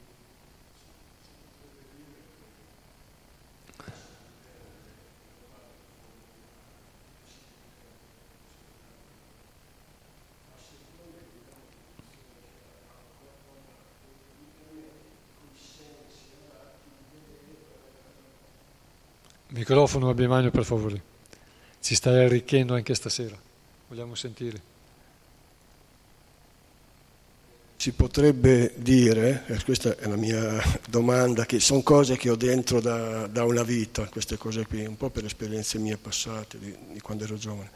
A: microfono a Abimanio, per favore. Ci stai arricchendo anche stasera. Vogliamo sentire.
D: Si potrebbe dire, e questa è la mia domanda, che sono cose che ho dentro da, da una vita, queste cose qui, un po' per esperienze mie passate, di, di quando ero giovane,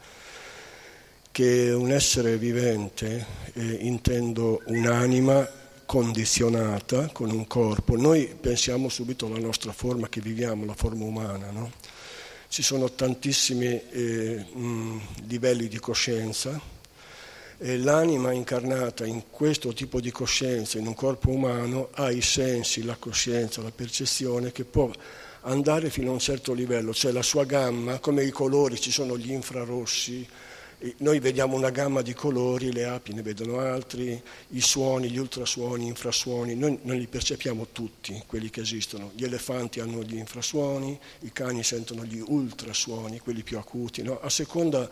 D: che un essere vivente, eh, intendo un'anima condizionata con un corpo. Noi pensiamo subito alla nostra forma che viviamo, la forma umana, no? Ci sono tantissimi eh, mh, livelli di coscienza e l'anima incarnata in questo tipo di coscienza, in un corpo umano, ha i sensi, la coscienza, la percezione che può andare fino a un certo livello, cioè la sua gamma, come i colori, ci sono gli infrarossi. Noi vediamo una gamma di colori, le api ne vedono altri, i suoni, gli ultrasuoni, gli infrasuoni, noi non li percepiamo tutti, quelli che esistono. Gli elefanti hanno gli infrasuoni, i cani sentono gli ultrasuoni, quelli più acuti, no? A seconda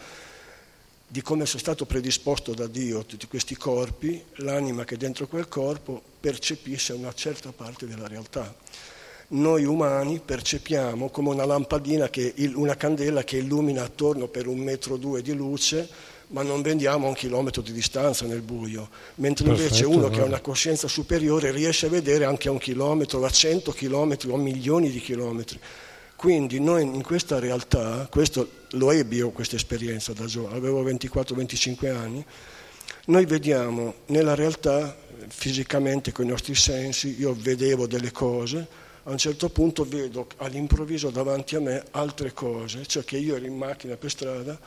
D: di come sia stato predisposto da Dio tutti questi corpi, l'anima che è dentro quel corpo percepisce una certa parte della realtà. Noi umani percepiamo come una lampadina, che, una candela che illumina attorno per un metro o due di luce, ma non vediamo a un chilometro di distanza nel buio, mentre invece
A: Perfetto,
D: uno
A: guarda.
D: che ha una coscienza superiore riesce a vedere anche a un chilometro, a cento chilometri o a milioni di chilometri. Quindi noi in questa realtà, questo lo ebbi io questa esperienza da giovane, avevo ventiquattro venticinque anni, noi vediamo nella realtà fisicamente con i nostri sensi, io vedevo delle cose. A un certo punto vedo all'improvviso davanti a me altre cose, cioè che io ero in macchina per strada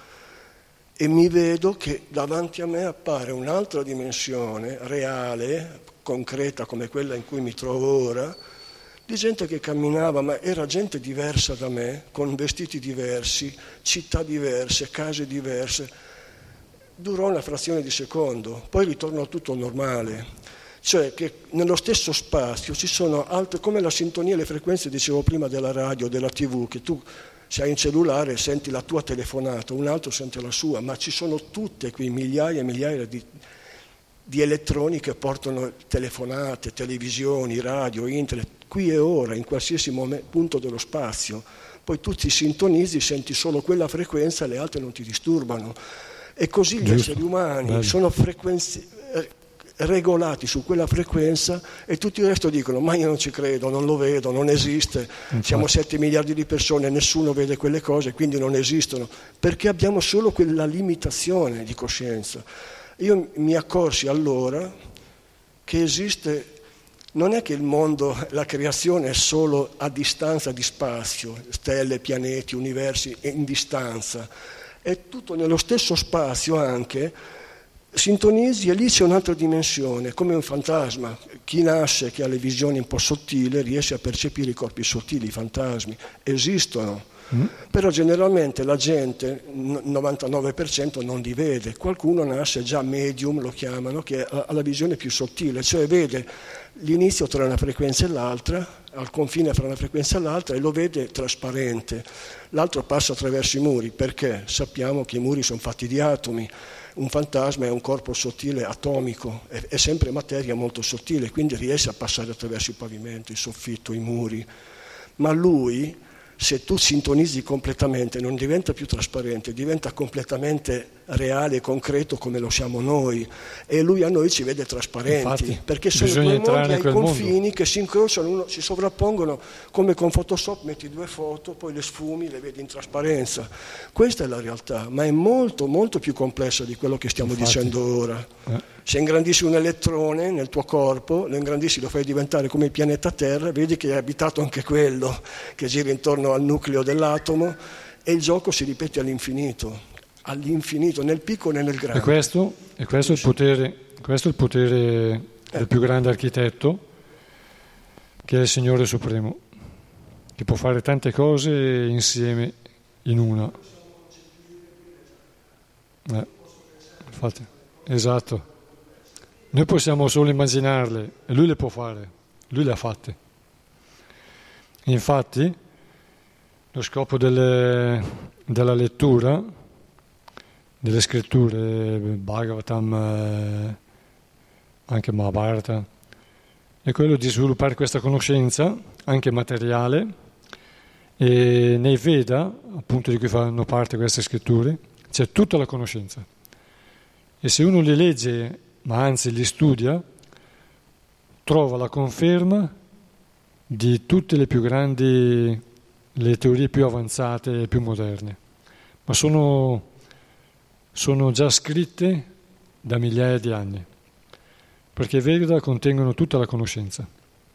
D: e mi vedo che davanti a me appare un'altra dimensione reale, concreta come quella in cui mi trovo ora, di gente che camminava, ma era gente diversa da me, con vestiti diversi, città diverse, case diverse. Durò una frazione di secondo, poi ritornò tutto normale. Cioè che nello stesso spazio ci sono altre, come la sintonia e le frequenze, dicevo prima, della radio, della tivù, che tu se hai un cellulare senti la tua telefonata, un altro sente la sua, ma ci sono tutte qui migliaia e migliaia di, di elettroni che portano telefonate, televisioni, radio, internet, qui e ora, in qualsiasi momento, punto dello spazio. Poi tu ti sintonizzi, senti solo quella frequenza, le altre non ti disturbano. E così gli
A: Giusto.
D: esseri umani
A: Bello.
D: sono frequenze regolati su quella frequenza e tutto il resto dicono ma io non ci credo, non lo vedo, non esiste,
A: Infatti.
D: Siamo sette miliardi di persone, nessuno vede quelle cose, quindi non esistono, perché abbiamo solo quella limitazione di coscienza. Io mi accorsi allora che esiste, non è che il mondo, la creazione è solo a distanza di spazio, stelle, pianeti, universi, in distanza, è tutto nello stesso spazio anche. Sintonizzi e lì c'è un'altra dimensione, come un fantasma. Chi nasce, che ha le visioni un po' sottili, riesce a percepire i corpi sottili, i fantasmi. Esistono, mm. Però generalmente la gente, novantanove per cento, non li vede. Qualcuno nasce già medium, lo chiamano, che ha la visione più sottile, cioè vede l'inizio tra una frequenza e l'altra, al confine fra una frequenza e l'altra, e lo vede trasparente. L'altro passa attraverso i muri, perché sappiamo che i muri sono fatti di atomi. Un fantasma è un corpo sottile, atomico, è, è sempre materia molto sottile, quindi riesce a passare attraverso il pavimento, il soffitto, i muri. Ma lui, se tu sintonizzi completamente, non diventa più trasparente, diventa completamente reale e concreto come lo siamo noi, e lui a noi ci vede trasparenti.
A: Infatti,
D: perché sono
A: bisogna
D: quei mondi
A: entrare in
D: ai
A: quel
D: confini
A: mondo.
D: che si incrociano, uno, si sovrappongono, come con Photoshop metti due foto, poi le sfumi, le vedi in trasparenza. Questa è la realtà, ma è molto molto più complessa di quello che stiamo
A: Infatti.
D: dicendo ora.
A: Eh.
D: Se ingrandisci un elettrone nel tuo corpo, lo ingrandisci, lo fai diventare come il pianeta Terra, vedi che è abitato anche quello, che gira intorno al nucleo dell'atomo, e il gioco si ripete all'infinito, all'infinito, nel piccolo e nel grande.
A: E questo, e questo è il potere, questo è il potere del più grande architetto, che è il Signore Supremo, che può fare tante cose insieme in una. Eh, infatti, esatto. Noi possiamo solo immaginarle e lui le può fare, lui le ha fatte. Infatti, lo scopo delle, della lettura delle scritture, Bhagavatam, eh, anche Mahabharata, è quello di sviluppare questa conoscenza, anche materiale, e nei Veda, appunto di cui fanno parte queste scritture, c'è tutta la conoscenza. E se uno li legge, ma anzi li studia, trova la conferma di tutte le più grandi, le teorie più avanzate e più moderne. Ma sono, sono già scritte da migliaia di anni, perché i Veda contengono tutta la conoscenza.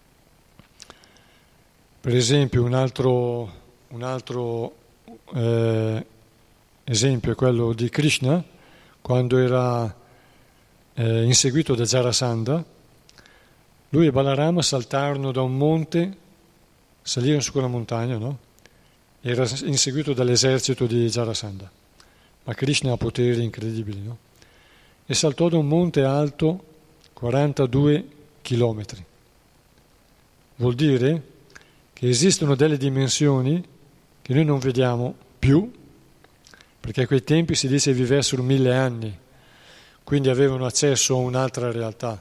A: Per esempio, un altro, un altro eh, esempio è quello di Krishna, quando era eh, inseguito da Jarasandha. Lui e Balarama saltarono da un monte, salirono su quella montagna, no? Era inseguito dall'esercito di Jarasandha, ma Krishna ha poteri incredibili, no? E saltò da un monte alto quarantadue chilometri. Vuol dire che esistono delle dimensioni che noi non vediamo più, perché a quei tempi si dice vivessero mille anni, quindi avevano accesso a un'altra realtà,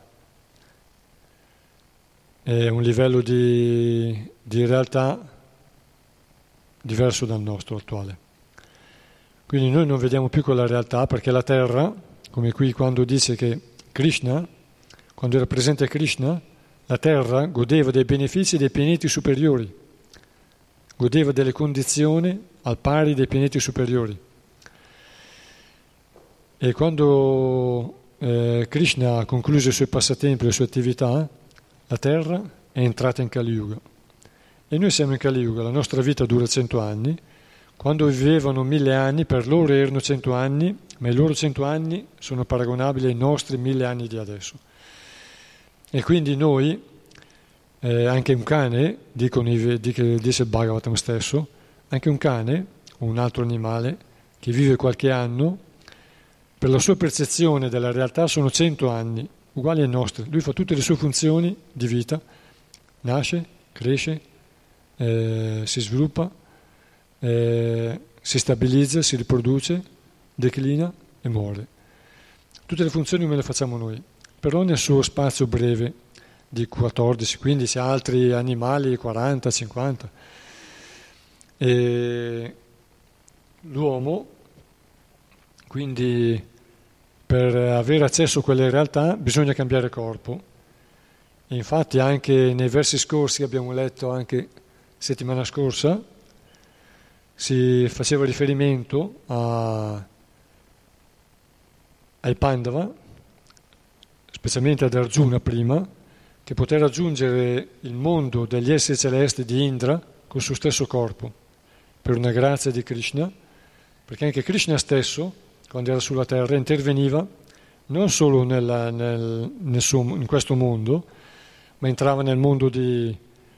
A: è un livello di, di realtà diverso dal nostro attuale. Quindi noi non vediamo più quella realtà, perché la terra, come qui quando dice che Krishna, quando era presente Krishna, la terra godeva dei benefici dei pianeti superiori, godeva delle condizioni al pari dei pianeti superiori. E quando eh, Krishna ha concluso i suoi passatempi, le sue attività, la terra è entrata in Kali Yuga. E noi siamo in Kali Yuga, la nostra vita dura cento anni. Quando vivevano mille anni, per loro erano cento anni, ma i loro cento anni sono paragonabili ai nostri mille anni di adesso. E quindi noi, eh, anche un cane, dicono, dice il Bhagavatam stesso, anche un cane o un altro animale che vive qualche anno, per la sua percezione della realtà sono cento anni, uguali ai nostri. Lui fa tutte le sue funzioni di vita, nasce, cresce, eh, si sviluppa, eh, si stabilizza, si riproduce, declina e muore. Tutte le funzioni come le facciamo noi, però nel suo spazio breve di quattordici, quindici, altri animali quaranta, cinquanta. E l'uomo, quindi, per avere accesso a quelle realtà bisogna cambiare corpo. E infatti anche nei versi scorsi che abbiamo letto anche settimana scorsa si faceva riferimento a, ai Pandava, specialmente ad Arjuna prima, che poté raggiungere il mondo degli esseri celesti di Indra col suo stesso corpo, per una grazia di Krishna, perché anche Krishna stesso, quando era sulla terra, interveniva non solo nella, nel, nel suo, in questo mondo, ma entrava nel mondo di,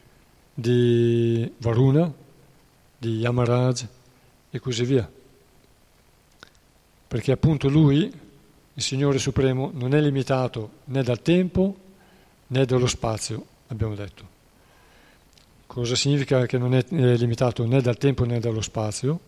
A: di Varuna, di Yamaraj e così via. Perché appunto lui, il Signore Supremo, non è limitato né dal tempo né dallo spazio, abbiamo detto. Cosa significa che non è limitato né dal tempo né dallo spazio?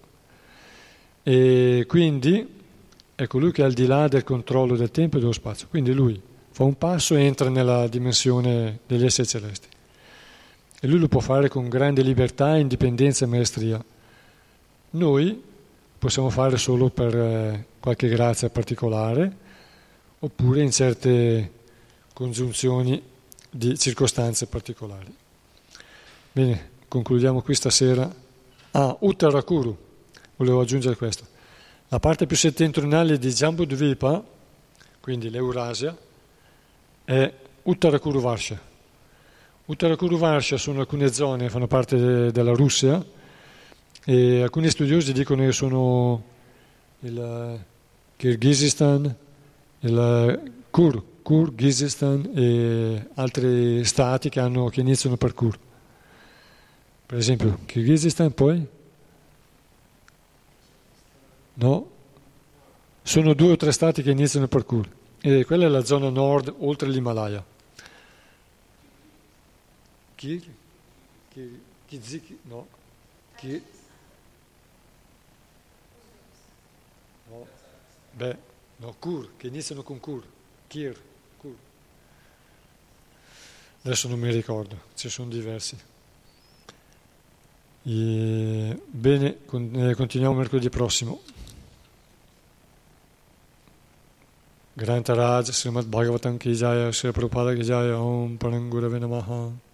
A: E quindi è colui che è al di là del controllo del tempo e dello spazio. Quindi lui fa un passo e entra nella dimensione degli esseri celesti. E lui lo può fare con grande libertà, indipendenza e maestria. Noi possiamo fare solo per eh, qualche grazia particolare, oppure in certe congiunzioni di circostanze particolari. Bene, concludiamo qui stasera. Ah, Uttarakuru, volevo aggiungere questo. La parte più settentrionale di Jambudvipa, quindi l'Eurasia, è Uttarakuru Varsha. Uttarakuru Varsha sono alcune zone che fanno parte de- della Russia e alcuni studiosi dicono che sono il Kirghizistan, il Kur, Kyrgyzstan e altri stati che, hanno, che iniziano per Kur. Per esempio, Kyrgyzstan poi? No? Sono due o tre stati che iniziano per Kur. E quella è la zona nord, oltre l'Himalaya. Kir? Kir? Kiziki? No. Kir? No. Beh, no, Kur, che iniziano con Kur. Kir, Kur. Adesso non mi ricordo, ci sono diversi. E, bene, con, eh, continuiamo mercoledì prossimo. Granta Raj, Srimad Bhagavatam ki jaya, Sri Prabhupada ki jaya, Om Parangurave Namaha.